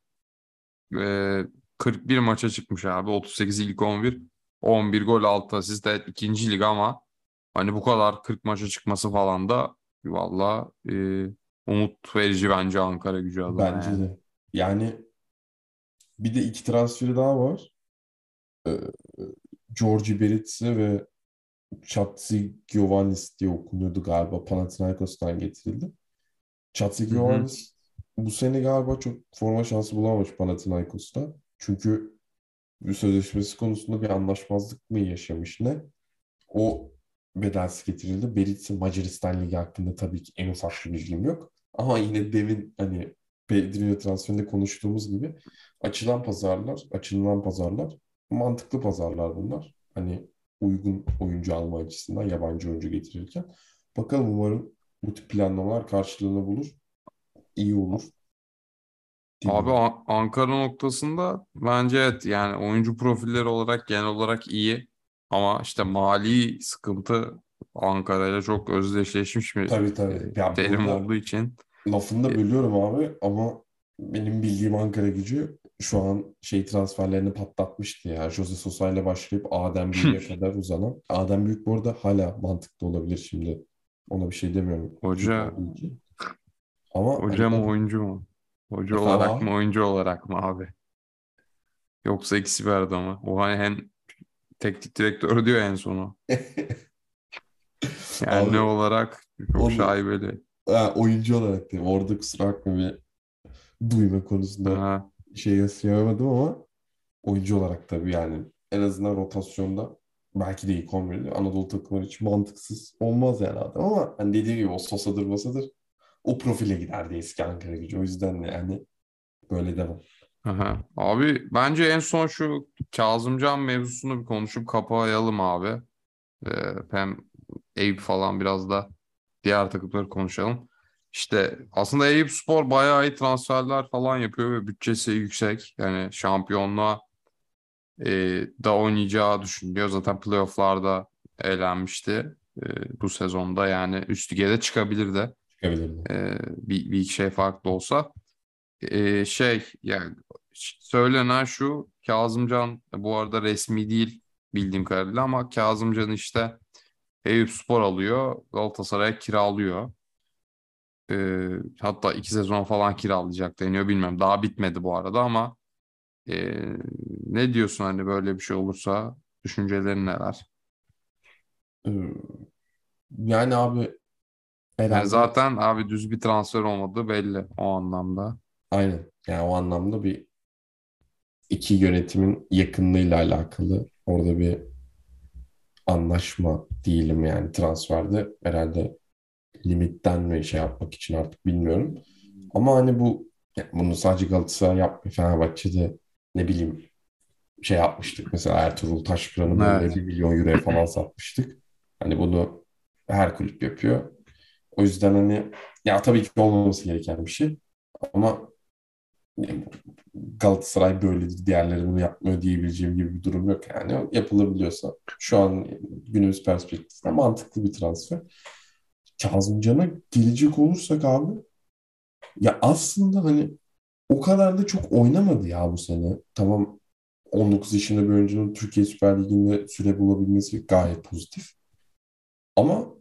e, 41 maça çıkmış abi. 38 ilk 11. 11 gol 6 asist. Evet, ikinci lig ama hani bu kadar 40 maça çıkması falan da valla umut verici bence Ankara Gücü adına Bence yani. de. Yani bir de iki transferi daha var. Ee, Georgi Beritse ve Chatsi Giovannis diye okunuyordu galiba. Panathinaikos'tan getirildi. Chatsi Hı hı. Giovannis bu sene galiba çok forma şansı bulamamış Panathinaikos'ta. Çünkü bir sözleşmesi konusunda bir anlaşmazlık mı yaşamış ne? O bedelsiz getirildi. Beritse Macaristan Ligi hakkında tabii ki en ufak bir bilgim yok. Ama yine demin hani Pedrinho transferinde konuştuğumuz gibi açılan pazarlar mantıklı pazarlar bunlar. Hani uygun oyuncu alma açısından yabancı oyuncu getirirken. Bakalım umarım bu tip planlamalar karşılığını bulur. İyi olur Abi diliyorum. Ankara noktasında bence evet yani oyuncu profilleri olarak genel olarak iyi. Ama işte mali sıkıntı Ankara ile çok özdeşleşmiş bir Tabii tabii. Ya terim burada olduğu için. lafını e, da bölüyorum abi ama benim bildiğim Ankara Gücü şu an şey transferlerini patlatmıştı ya. Jose Sosa ile başlayıp Adem Büyük'e kadar uzanan. Adem Büyük bu arada hala mantıklı olabilir şimdi. Ona bir şey demiyorum Türk Hoca, olduğu için. Ama hani hoca mı oyuncu mu? Hoca efendim olarak abi. mı oyuncu olarak mı abi? Yoksa ikisi bir arada mı? O hani hem teknik direktör diyor en sonu. Yani ne Abi olarak çok onu şaibeli. oyuncu olarak diyeyim. Orada kusura bakma bir duyma konusunda Aha. şey yaşayamadım ama oyuncu olarak tabii yani en azından rotasyonda belki de ilk 11'de Anadolu takımları hiç mantıksız olmaz yani adam ama hani dediği gibi o Sosa'dır Mosa'dır o profile giderdi eski Ankara Gücü. O yüzden de yani böyle devam. Aha. Abi bence en son şu Kazımcan mevzusunu bir konuşup kapayalım abi. Hem Eyüp falan biraz da diğer takımları konuşalım. İşte aslında Eyüpspor bayağı iyi transferler falan yapıyor ve bütçesi yüksek. Yani şampiyonluğa da oynayacağı düşünülüyor. Zaten playofflarda elenmişti bu sezonda. Yani üst lige de çıkabilir de Çıkabilirdi. bir iki şey farklı olsa. Şey yani söylenen şu Kazımcan bu arada resmi değil bildiğim kadarıyla ama Kazımcan işte Eyüpspor alıyor Galatasaray'a kiralıyor. Hatta 2 sezon falan kiralayacak deniyor bilmem daha bitmedi bu arada ama ee, ne diyorsun hani böyle bir şey olursa düşüncelerin neler? Ee, Yani abi Yani herhalde zaten abi düz bir transfer olmadığı belli o anlamda. aynen yani o anlamda bir iki yönetimin yakınlığıyla alakalı orada bir anlaşma değilim yani transferde herhalde limitten mi şey yapmak için artık bilmiyorum. Ama hani bu bunu sadece Galatasaray yapmıyor. Fenerbahçe'de ne bileyim şey yapmıştık. Mesela Ertuğrul Taşkıran'ı böyle Evet. 1 milyon euroya falan satmıştık. Hani bunu her kulüp yapıyor. O yüzden hani ya tabii ki olmaması gereken bir şey. Ama Galatasaray böyledir, diğerleri bunu yapmıyor diyebileceğim gibi bir durum yok yani. Yapılabiliyorsa şu an günümüz perspektifinde mantıklı bir transfer. Kazımcan'a gelecek olursak abi, ya aslında hani o kadar da çok oynamadı ya bu sene. Tamam, 19 yaşında bir oyuncunun Türkiye Süper Ligi'nde süre bulabilmesi gayet pozitif. Ama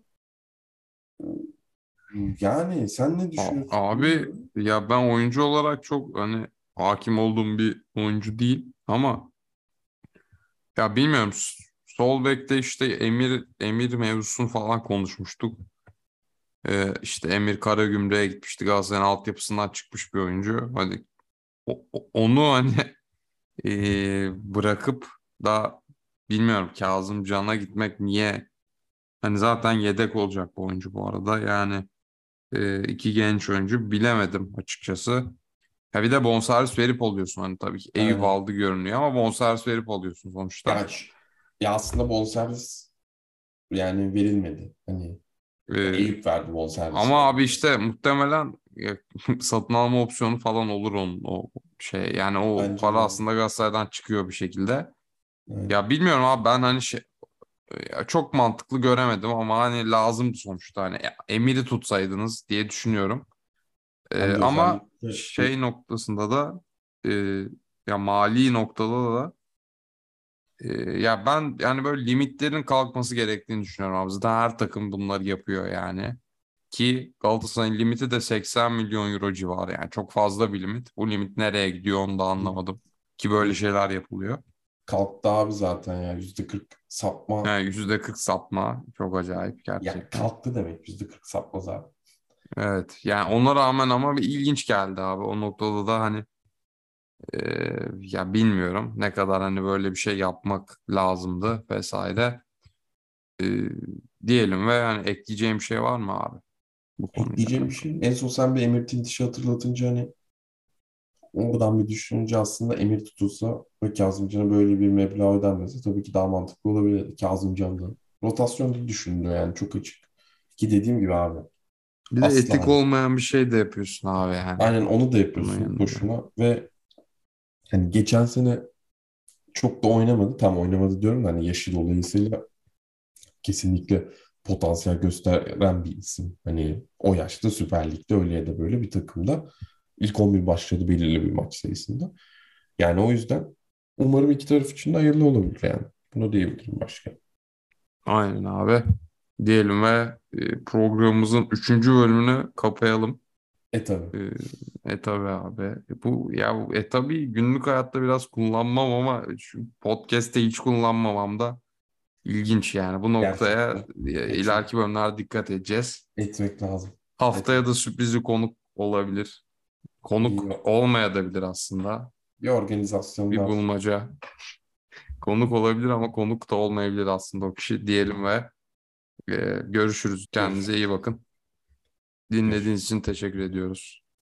yani sen ne düşünüyorsun Abi bilmiyorum. ya ben oyuncu olarak çok hani hakim olduğum bir oyuncu değil ama ya bilmiyorum, sol bekte işte Emir mevzusunu falan konuşmuştuk. İşte Emir Karagümrük'e gitmişti. Galatasaray'ın altyapısından çıkmış bir oyuncu. Hani onu hani bırakıp da bilmiyorum, Kazımcan'a gitmek niye? Hani zaten yedek olacak bu oyuncu bu arada. Yani iki genç oyuncu bilemedim açıkçası. Ya bir de bonservis verip alıyorsun. Hani tabii ki Eyüp Aynen. aldı görünüyor ama bonservis verip alıyorsun sonuçta. Ya, ya aslında bonservis yani verilmedi. Hani E, Eyüp verdi bonservisi Ama abi bence. işte muhtemelen satın alma opsiyonu falan olur onun, o şey. Yani o Bence de para abi. aslında Galatasaray'dan çıkıyor bir şekilde. Aynen. Ya bilmiyorum abi, ben hani ya çok mantıklı göremedim ama hani lazımdı sonuçta, hani Emir'i tutsaydınız diye düşünüyorum. Ben de Ama özellikle şey noktasında da e, ya mali noktada da ya ben yani böyle limitlerin kalkması gerektiğini düşünüyorum abi. Zaten her takım bunları yapıyor yani. Ki Galatasaray'ın limiti de 80 milyon euro civarı, yani çok fazla bir limit. Bu limit nereye gidiyor onu da anlamadım. Ki böyle şeyler yapılıyor. kalktı abi zaten ya. %40 sapma. Yani %40 sapma çok acayip Ya gerçekten. kalktı demek, %40 sapma zaten. Evet yani ona rağmen ama bir ilginç geldi abi. O noktada da hani ya bilmiyorum ne kadar hani böyle bir şey yapmak lazımdı vesaire. E, Diyelim ve yani ekleyeceğim bir şey var mı abi bu konuyla Ekleyeceğim bir alakalı? şey. En son sen bir Emir Tintiş'i hatırlatınca hani oradan bir düşününce aslında Emir tutulsa ve Kazımcan'a böyle bir meblağ ödenmesi tabii ki daha mantıklı olabilir. Kazımcan'da. Rotasyonda düşündü yani, çok açık. Ki dediğim gibi abi, Bir de asla etik hani olmayan bir şey de yapıyorsun abi yani. aynen onu da Bunun yapıyorsun yanında. boşuna ve hani geçen sene çok da oynamadı. Tam oynamadı diyorum da hani yaşı dolayısıyla kesinlikle potansiyel gösteren bir isim. Hani o yaşta Süper Lig'de öyle ya da böyle bir takımda ilk 11 başladı belirli bir maç sayısında. Yani o yüzden umarım iki taraf için de hayırlı olabilir yani. Bunu diyebilirim başka. Aynen abi. Diyelim ve programımızın üçüncü bölümünü kapayalım. Tabii. E, tabi abi. Bu ya bu tabi günlük hayatta biraz kullanmam ama şu podcast'te hiç kullanmamam da ilginç yani. Bu noktaya Gerçekten. Etmek, ileriki bölümlerde dikkat edeceğiz. etmek lazım. Haftaya Etmek. da sürprizli konuk olabilir. Bir, Konuk olmayabilir aslında. bir organizasyonda Bir artık. bulmaca. Konuk olabilir ama konuk da olmayabilir aslında o kişi diyelim ve görüşürüz. Kendinize iyi Görüşürüz. bakın. Dinlediğiniz Görüşürüz. için teşekkür ediyoruz.